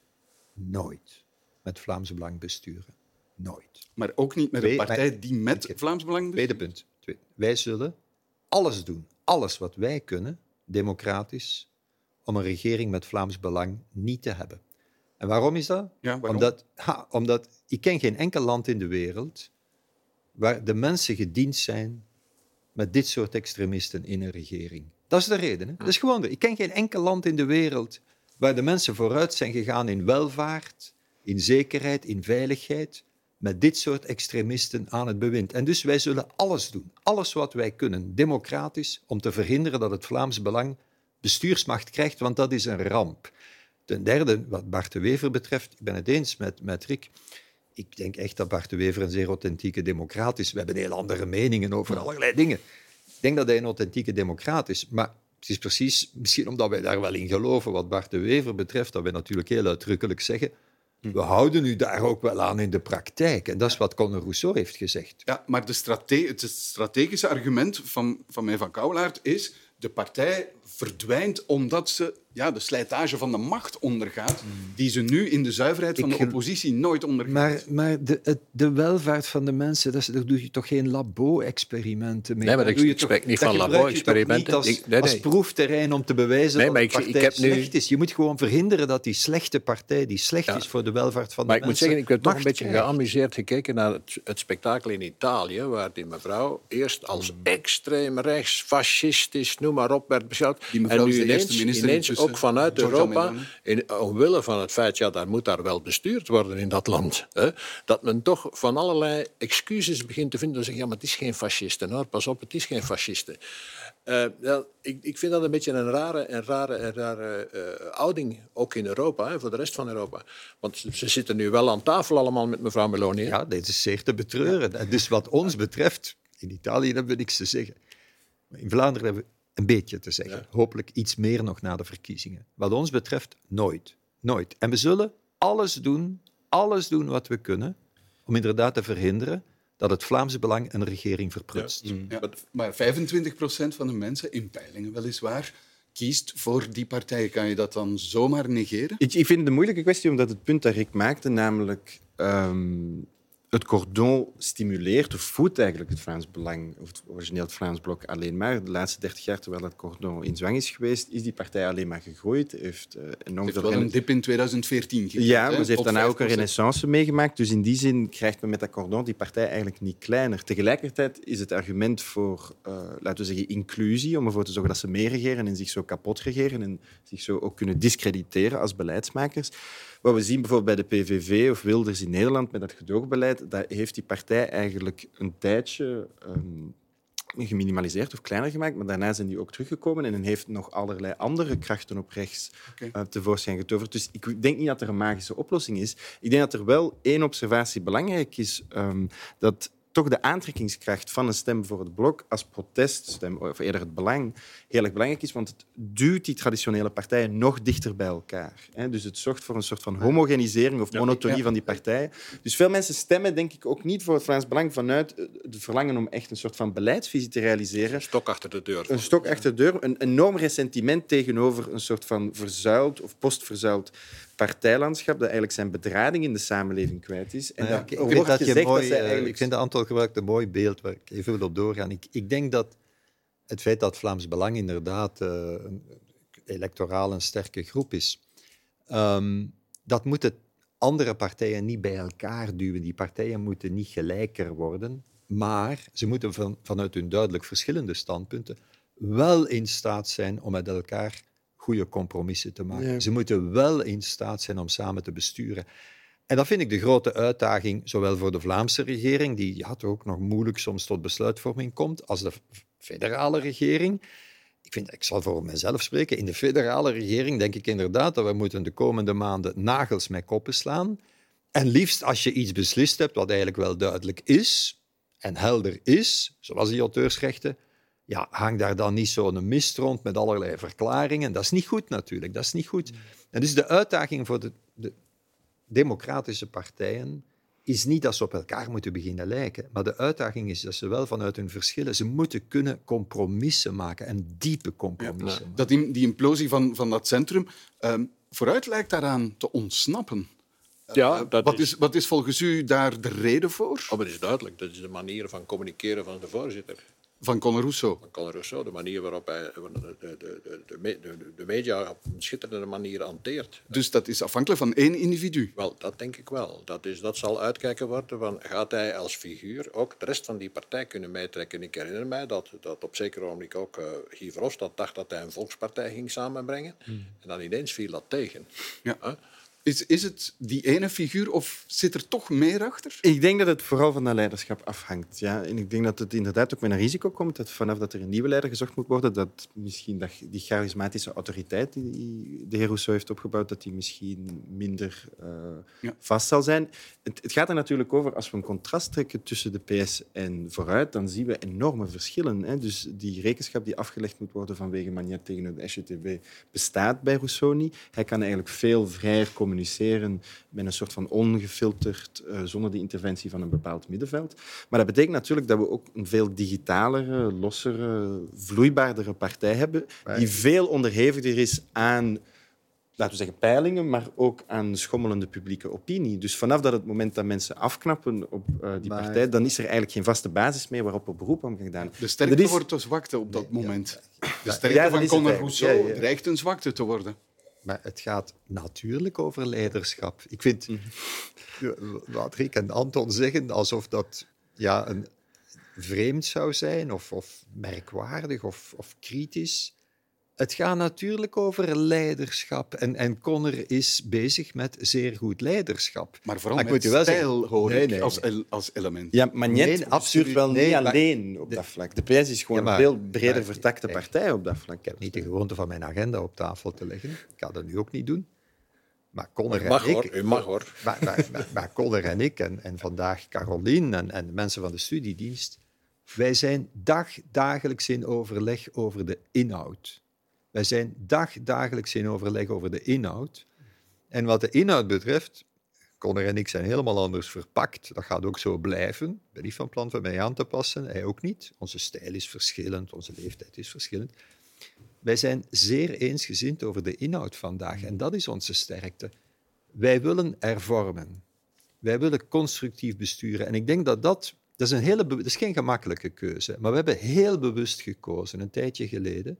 nooit met Vlaams Belang besturen. Nooit. Maar ook niet met een partij die met Vlaams Belang bestuurt? Tweede punt. Twee. Wij zullen alles doen, alles wat wij kunnen, democratisch, om een regering met Vlaams Belang niet te hebben. En waarom is dat? Ja, waarom? Omdat, ha, omdat ik ken geen enkel land in de wereld waar de mensen gediend zijn met dit soort extremisten in een regering. Dat is de reden. Hè? Dat is gewoon de. Ik ken geen enkel land in de wereld waar de mensen vooruit zijn gegaan in welvaart, in zekerheid, in veiligheid, met dit soort extremisten aan het bewind. En dus wij zullen alles doen, alles wat wij kunnen, democratisch, om te verhinderen dat het Vlaams Belang bestuursmacht krijgt, want dat is een ramp. Ten derde, wat Bart de Wever betreft, ik ben het eens met, met Rick. Ik denk echt dat Bart de Wever een zeer authentieke democraat is. We hebben heel andere meningen over allerlei dingen. Ik denk dat hij een authentieke democraat is. Maar het is precies, misschien omdat wij daar wel in geloven, wat Bart de Wever betreft, dat wij natuurlijk heel uitdrukkelijk zeggen, we houden u daar ook wel aan in de praktijk. En dat is wat Conor Rousseau heeft gezegd. Ja, maar de strate- het strategische argument van, van mij van Kouwelaert is, de partij verdwijnt omdat ze ja, de slijtage van de macht ondergaat, die ze nu in de zuiverheid van de Ik- oppositie nooit ondergaat. Maar, maar de, het- de welvaart van de mensen, dat is, daar doe je toch geen labo-experimenten mee? Nee, maar Daar ik- doe je ik toch- spreek niet dat van gebruik je toch labo-experimenten. niet als, Ik- nee, als nee. proefterrein om te bewijzen Nee, dat maar de ik- ik partij heb nu- slecht is. Je moet gewoon verhinderen dat die slechte partij, die slecht Ja. is voor de welvaart van Maar de ik moet mensen, zeggen, ik ben toch een macht beetje krijgt. geamuseerd gekeken naar het, het spektakel in Italië, waar die mevrouw eerst als extreem rechts, fascistisch, noem maar op, werd beschouwd. Die mevrouw en is nu de ineens, eerste minister ineens intussen, ook vanuit Giorgia Europa, Meloni. in, omwille van het feit, ja, daar moet daar wel bestuurd worden in dat land, hè, dat men toch van allerlei excuses begint te vinden. Dan zeggen, ja, maar het is geen fascisten, hoor. Pas op, het is geen fascisten. Uh, ja, ik, ik vind dat een beetje een rare, een rare, een rare uh, houding, ook in Europa, hè, voor de rest van Europa. Want ze, ze zitten nu wel aan tafel allemaal met mevrouw Meloni. Hè? Ja, dit is zeer te betreuren. En dus wat ons betreft, in Italië hebben we niks te zeggen. Maar in Vlaanderen hebben we een beetje te zeggen. Ja. Hopelijk iets meer nog na de verkiezingen. Wat ons betreft, nooit. Nooit. En we zullen alles doen, alles doen wat we kunnen, om inderdaad te verhinderen dat het Vlaamse Belang een regering verprutst. Ja, maar vijfentwintig procent van de mensen, in peilingen weliswaar, kiest voor die partij. Kan je dat dan zomaar negeren? Ik, ik vind het een moeilijke kwestie, omdat het punt dat Rick maakte, namelijk um, het cordon stimuleert of voedt eigenlijk het Vlaams Belang, of het origineel het Vlaams Blok alleen maar. De laatste dertig jaar, terwijl dat cordon in zwang is geweest, is die partij alleen maar gegroeid. Heeft, uh, enorm Het heeft veel wel een dip in tweeduizend veertien gekend. Ja, maar hè, ze heeft op daarna vijf ook een procent. renaissance meegemaakt. Dus in die zin krijgt men met dat cordon die partij eigenlijk niet kleiner. Tegelijkertijd is het argument voor, uh, laten we zeggen, inclusie, om ervoor te zorgen dat ze meeregeren en zich zo kapot regeren en zich zo ook kunnen discrediteren als beleidsmakers. Wat we zien bijvoorbeeld bij de P V V of Wilders in Nederland met dat gedoogbeleid, dat heeft die partij eigenlijk een tijdje um, geminimaliseerd of kleiner gemaakt, maar daarna zijn die ook teruggekomen en heeft nog allerlei andere krachten op rechts okay. uh, tevoorschijn getoverd. Dus ik denk niet dat er een magische oplossing is. Ik denk dat er wel één observatie belangrijk is, um, dat toch de aantrekkingskracht van een stem voor het blok als proteststem, of eerder het belang, heel erg belangrijk is, want het duwt die traditionele partijen nog dichter bij elkaar. Dus het zorgt voor een soort van homogenisering of monotonie ja. van die partijen. Dus veel mensen stemmen, denk ik, ook niet voor het Vlaams Belang vanuit het verlangen om echt een soort van beleidsvisie te realiseren. Een stok achter de deur. Een stok achter de deur. Een enorm ressentiment tegenover een soort van verzuild of postverzuild partijlandschap dat eigenlijk zijn bedrading in de samenleving kwijt is. En ja, dat ik, wordt vind dat gezegd je mooi, dat zij eigenlijk... ik vind de aantal gebruikt een mooi beeld waar ik even wil op doorgaan. Ik, ik denk dat het feit dat Vlaams Belang inderdaad uh, een, electoraal een sterke groep is, um, dat moeten andere partijen niet bij elkaar duwen. Die partijen moeten niet gelijker worden, maar ze moeten van, vanuit hun duidelijk verschillende standpunten wel in staat zijn om met elkaar goede compromissen te maken. Ja. Ze moeten wel in staat zijn om samen te besturen. En dat vind ik de grote uitdaging, zowel voor de Vlaamse regering, die ja, toch ook nog moeilijk soms tot besluitvorming komt, als de federale regering. Ik, vind, ik zal voor mezelf spreken. In de federale regering denk ik inderdaad dat we moeten de komende maanden nagels met koppen slaan. En liefst als je iets beslist hebt, wat eigenlijk wel duidelijk is en helder is, zoals die auteursrechten, ja, hang daar dan niet zo'n mist rond met allerlei verklaringen. Dat is niet goed natuurlijk, dat is niet goed. En dus de uitdaging voor de, de democratische partijen is niet dat ze op elkaar moeten beginnen lijken, maar de uitdaging is dat ze wel vanuit hun verschillen, ze moeten kunnen compromissen maken en diepe compromissen. Ja, dat die, die implosie van, van dat centrum um, vooruit lijkt daaraan te ontsnappen. Ja, dat wat, is... is, wat is volgens u daar de reden voor? Oh, dat is duidelijk. Dat is de manier van communiceren van de voorzitter. Van Conor Rousseau? Van Conor Rousseau, de manier waarop hij de, de, de, de, de media op een schitterende manier hanteert. Dus dat is afhankelijk van één individu? Wel, dat denk ik wel. Dat, is, dat zal uitkijken worden van, gaat hij als figuur ook de rest van die partij kunnen meetrekken? Ik herinner mij dat, dat op zeker ogenblik ook uh, Guy Verhofstadt dacht dat hij een volkspartij ging samenbrengen. Hmm. En dan ineens viel dat tegen. Ja. Huh? Is, is het die ene figuur of zit er toch meer achter? Ik denk dat het vooral van dat leiderschap afhangt. Ja. En ik denk dat het inderdaad ook met een risico komt dat vanaf dat er een nieuwe leider gezocht moet worden, dat misschien dat, die charismatische autoriteit die de heer Rousseau heeft opgebouwd, dat die misschien minder uh, ja. vast zal zijn. Het, het gaat er natuurlijk over, als we een contrast trekken tussen de P S en Vooruit, dan zien we enorme verschillen. Hè. Dus die rekenschap die afgelegd moet worden vanwege Magnet tegen de S G T B bestaat bij Rousseau niet. Hij kan eigenlijk veel vrijer communiceren met een soort van ongefilterd, uh, zonder de interventie van een bepaald middenveld. Maar dat betekent natuurlijk dat we ook een veel digitalere, lossere, vloeibaardere partij hebben, die veel onderheviger is aan, laten we zeggen, peilingen, maar ook aan schommelende publieke opinie. Dus vanaf dat het moment dat mensen afknappen op uh, die maar... partij, dan is er eigenlijk geen vaste basis meer waarop er beroep op gedaan. De sterkte is... wordt de zwakte op dat moment. De sterkte ja, van Conor Rousseau ja, ja. dreigt een zwakte te worden. Maar het gaat natuurlijk over leiderschap. Ik vind mm-hmm. wat Rick en Anton zeggen, alsof dat ja, een vreemd zou zijn of, of merkwaardig of, of kritisch. Het gaat natuurlijk over leiderschap. En, en Conor is bezig met zeer goed leiderschap. Maar vooral maar met stijl, zeggen, hoor nee, ik, nee, als, nee. als element. Ja, maar Magnet nee, absoluut wel nee, niet alleen op dat vlak. De P S is gewoon ja, maar, een veel breder maar, vertakte kijk, partij op dat vlak. Ik heb niet de gewoonte van mijn agenda op tafel te leggen. Ik ga dat nu ook niet doen. Maar Conor u mag, en hoor, ik... U mag, hoor. Maar, maar, maar, maar Conor en ik, en, en vandaag Caroline en, en de mensen van de studiedienst, wij zijn dag, dagelijks in overleg over de inhoud. Wij zijn dag, dagelijks in overleg over de inhoud. En wat de inhoud betreft, Conor en ik zijn helemaal anders verpakt. Dat gaat ook zo blijven. Ik ben niet van plan van mij aan te passen, hij ook niet. Onze stijl is verschillend, onze leeftijd is verschillend. Wij zijn zeer eensgezind over de inhoud vandaag. En dat is onze sterkte. Wij willen hervormen. Wij willen constructief besturen. En ik denk dat dat... Dat is, een hele, dat is geen gemakkelijke keuze. Maar we hebben heel bewust gekozen, een tijdje geleden,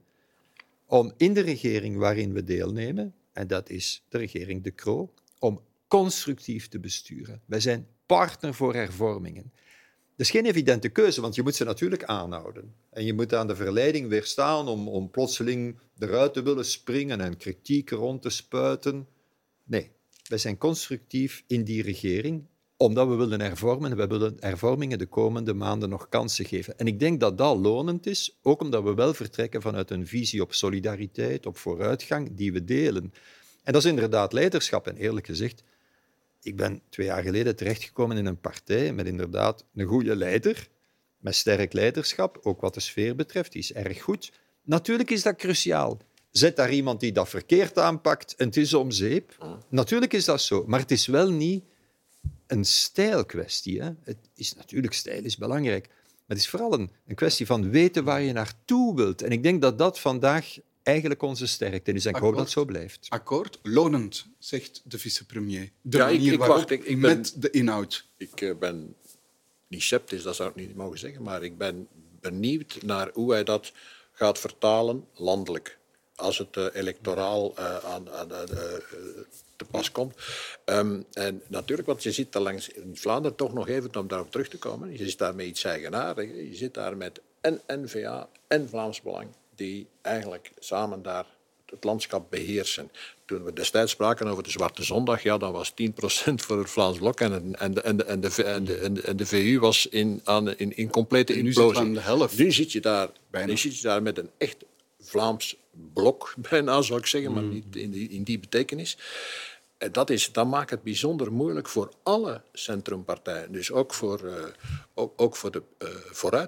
om in de regering waarin we deelnemen, en dat is de regering De Croo, om constructief te besturen. Wij zijn partner voor hervormingen. Dat is geen evidente keuze, want je moet ze natuurlijk aanhouden. En je moet aan de verleiding weerstaan om, om plotseling eruit te willen springen en kritiek rond te spuiten. Nee, wij zijn constructief in die regering, omdat we willen hervormen. We willen hervormingen de komende maanden nog kansen geven. En ik denk dat dat lonend is, ook omdat we wel vertrekken vanuit een visie op solidariteit, op vooruitgang, die we delen. En dat is inderdaad leiderschap. En eerlijk gezegd, ik ben twee jaar geleden terechtgekomen in een partij met inderdaad een goede leider, met sterk leiderschap, ook wat de sfeer betreft, die is erg goed. Natuurlijk is dat cruciaal. Zet daar iemand die dat verkeerd aanpakt en het is om zeep. Natuurlijk is dat zo, maar het is wel niet een stijlkwestie. Hè? Het is natuurlijk, stijl is belangrijk, maar het is vooral een, een kwestie van weten waar je naartoe wilt. En ik denk dat dat vandaag eigenlijk onze sterkte is. En ik hoop dat het zo blijft. Akkoord. Lonend, zegt de vicepremier. De ja, manier ik, ik waarop wacht. Ik, ik ben, met de inhoud. Ik uh, ben niet sceptisch, dat zou ik niet mogen zeggen, maar ik ben benieuwd naar hoe hij dat gaat vertalen landelijk. Als het uh, electoraal uh, aan, aan uh, uh, te pas komt. Um, en natuurlijk, wat je ziet daar langs in Vlaanderen, toch nog even om daarop terug te komen, je zit daar met iets eigenaardigs. Je zit daar met en N V A en Vlaams Belang, die eigenlijk samen daar het landschap beheersen. Toen we destijds spraken over de Zwarte Zondag, ja, dan was tien procent voor het Vlaams Blok en, en, de, en, de, en, de, en, de, en, de, en de V U was in, aan, in, in complete implosie. Nu zit aan de helft. Nu zit je daar, nu zit je daar met een echt Vlaams blok, bijna zou ik zeggen, maar niet in die, in die betekenis. En dat, is, dat maakt het bijzonder moeilijk voor alle centrumpartijen. Dus ook voor, uh, ook, ook voor de uh, Vooruit.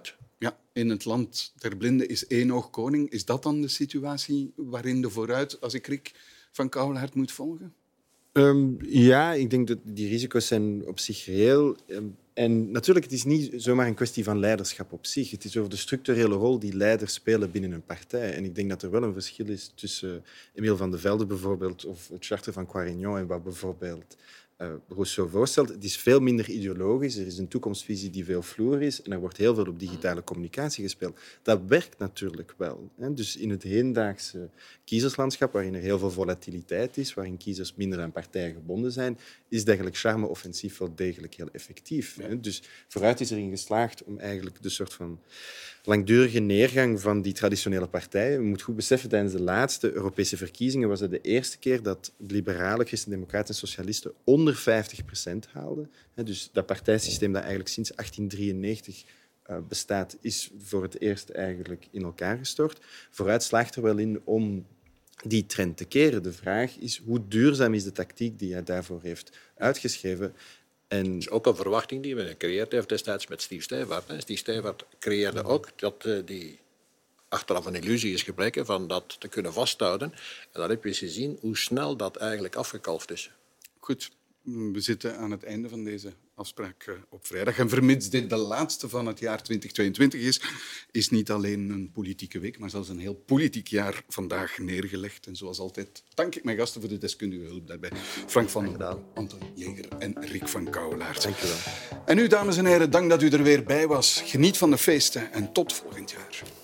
Ja, in het land der blinden is één oog koning. Is dat dan de situatie waarin de vooruit, als ik Rick van Kouwelaert moet volgen? Um, ja, ik denk dat die risico's zijn op zich reëel. Um, en natuurlijk, het is niet zomaar een kwestie van leiderschap op zich. Het is over de structurele rol die leiders spelen binnen een partij. En ik denk dat er wel een verschil is tussen Emile van de Velde bijvoorbeeld of het charter van Quarignon en wat bijvoorbeeld uh, Rousseau voorstelt. Het is veel minder ideologisch. Er is een toekomstvisie die veel vloer is en er wordt heel veel op digitale communicatie gespeeld. Dat werkt natuurlijk wel. Hè. Dus in het hedendaagse kiezerslandschap, waarin er heel veel volatiliteit is, waarin kiezers minder aan partijen gebonden zijn, is dergelijk charme-offensief wel degelijk heel effectief. Hè. Dus vooruit is erin geslaagd om eigenlijk de soort van langdurige neergang van die traditionele partijen. Je moet goed beseffen, tijdens de laatste Europese verkiezingen was het de eerste keer dat liberalen, christendemocraten en socialisten onder vijftig procent haalden. Dus dat partijsysteem dat eigenlijk sinds achttien drieënnegentig uh, bestaat, is voor het eerst eigenlijk in elkaar gestort. Vooruit slaagt er wel in om die trend te keren. De vraag is, hoe duurzaam is de tactiek die hij daarvoor heeft uitgeschreven? En... Dat is ook een verwachting die men gecreëerd heeft destijds met Steve Stuyvart. Steve Stuyvart creëerde ook dat uh, die achteraf een illusie is gebleken van dat te kunnen vasthouden. En dan heb je eens gezien hoe snel dat eigenlijk afgekalfd is. Goed, we zitten aan het einde van deze afspraak op vrijdag. En vermits dit de laatste van het jaar twintig tweeëntwintig is, is niet alleen een politieke week, maar zelfs een heel politiek jaar vandaag neergelegd. En zoals altijd dank ik mijn gasten voor de deskundige hulp daarbij. Frank van den Broek, Anton Jeger en Rick van Kouwelaert. Dank je wel. En u, dames en heren, dank dat u er weer bij was. Geniet van de feesten en tot volgend jaar.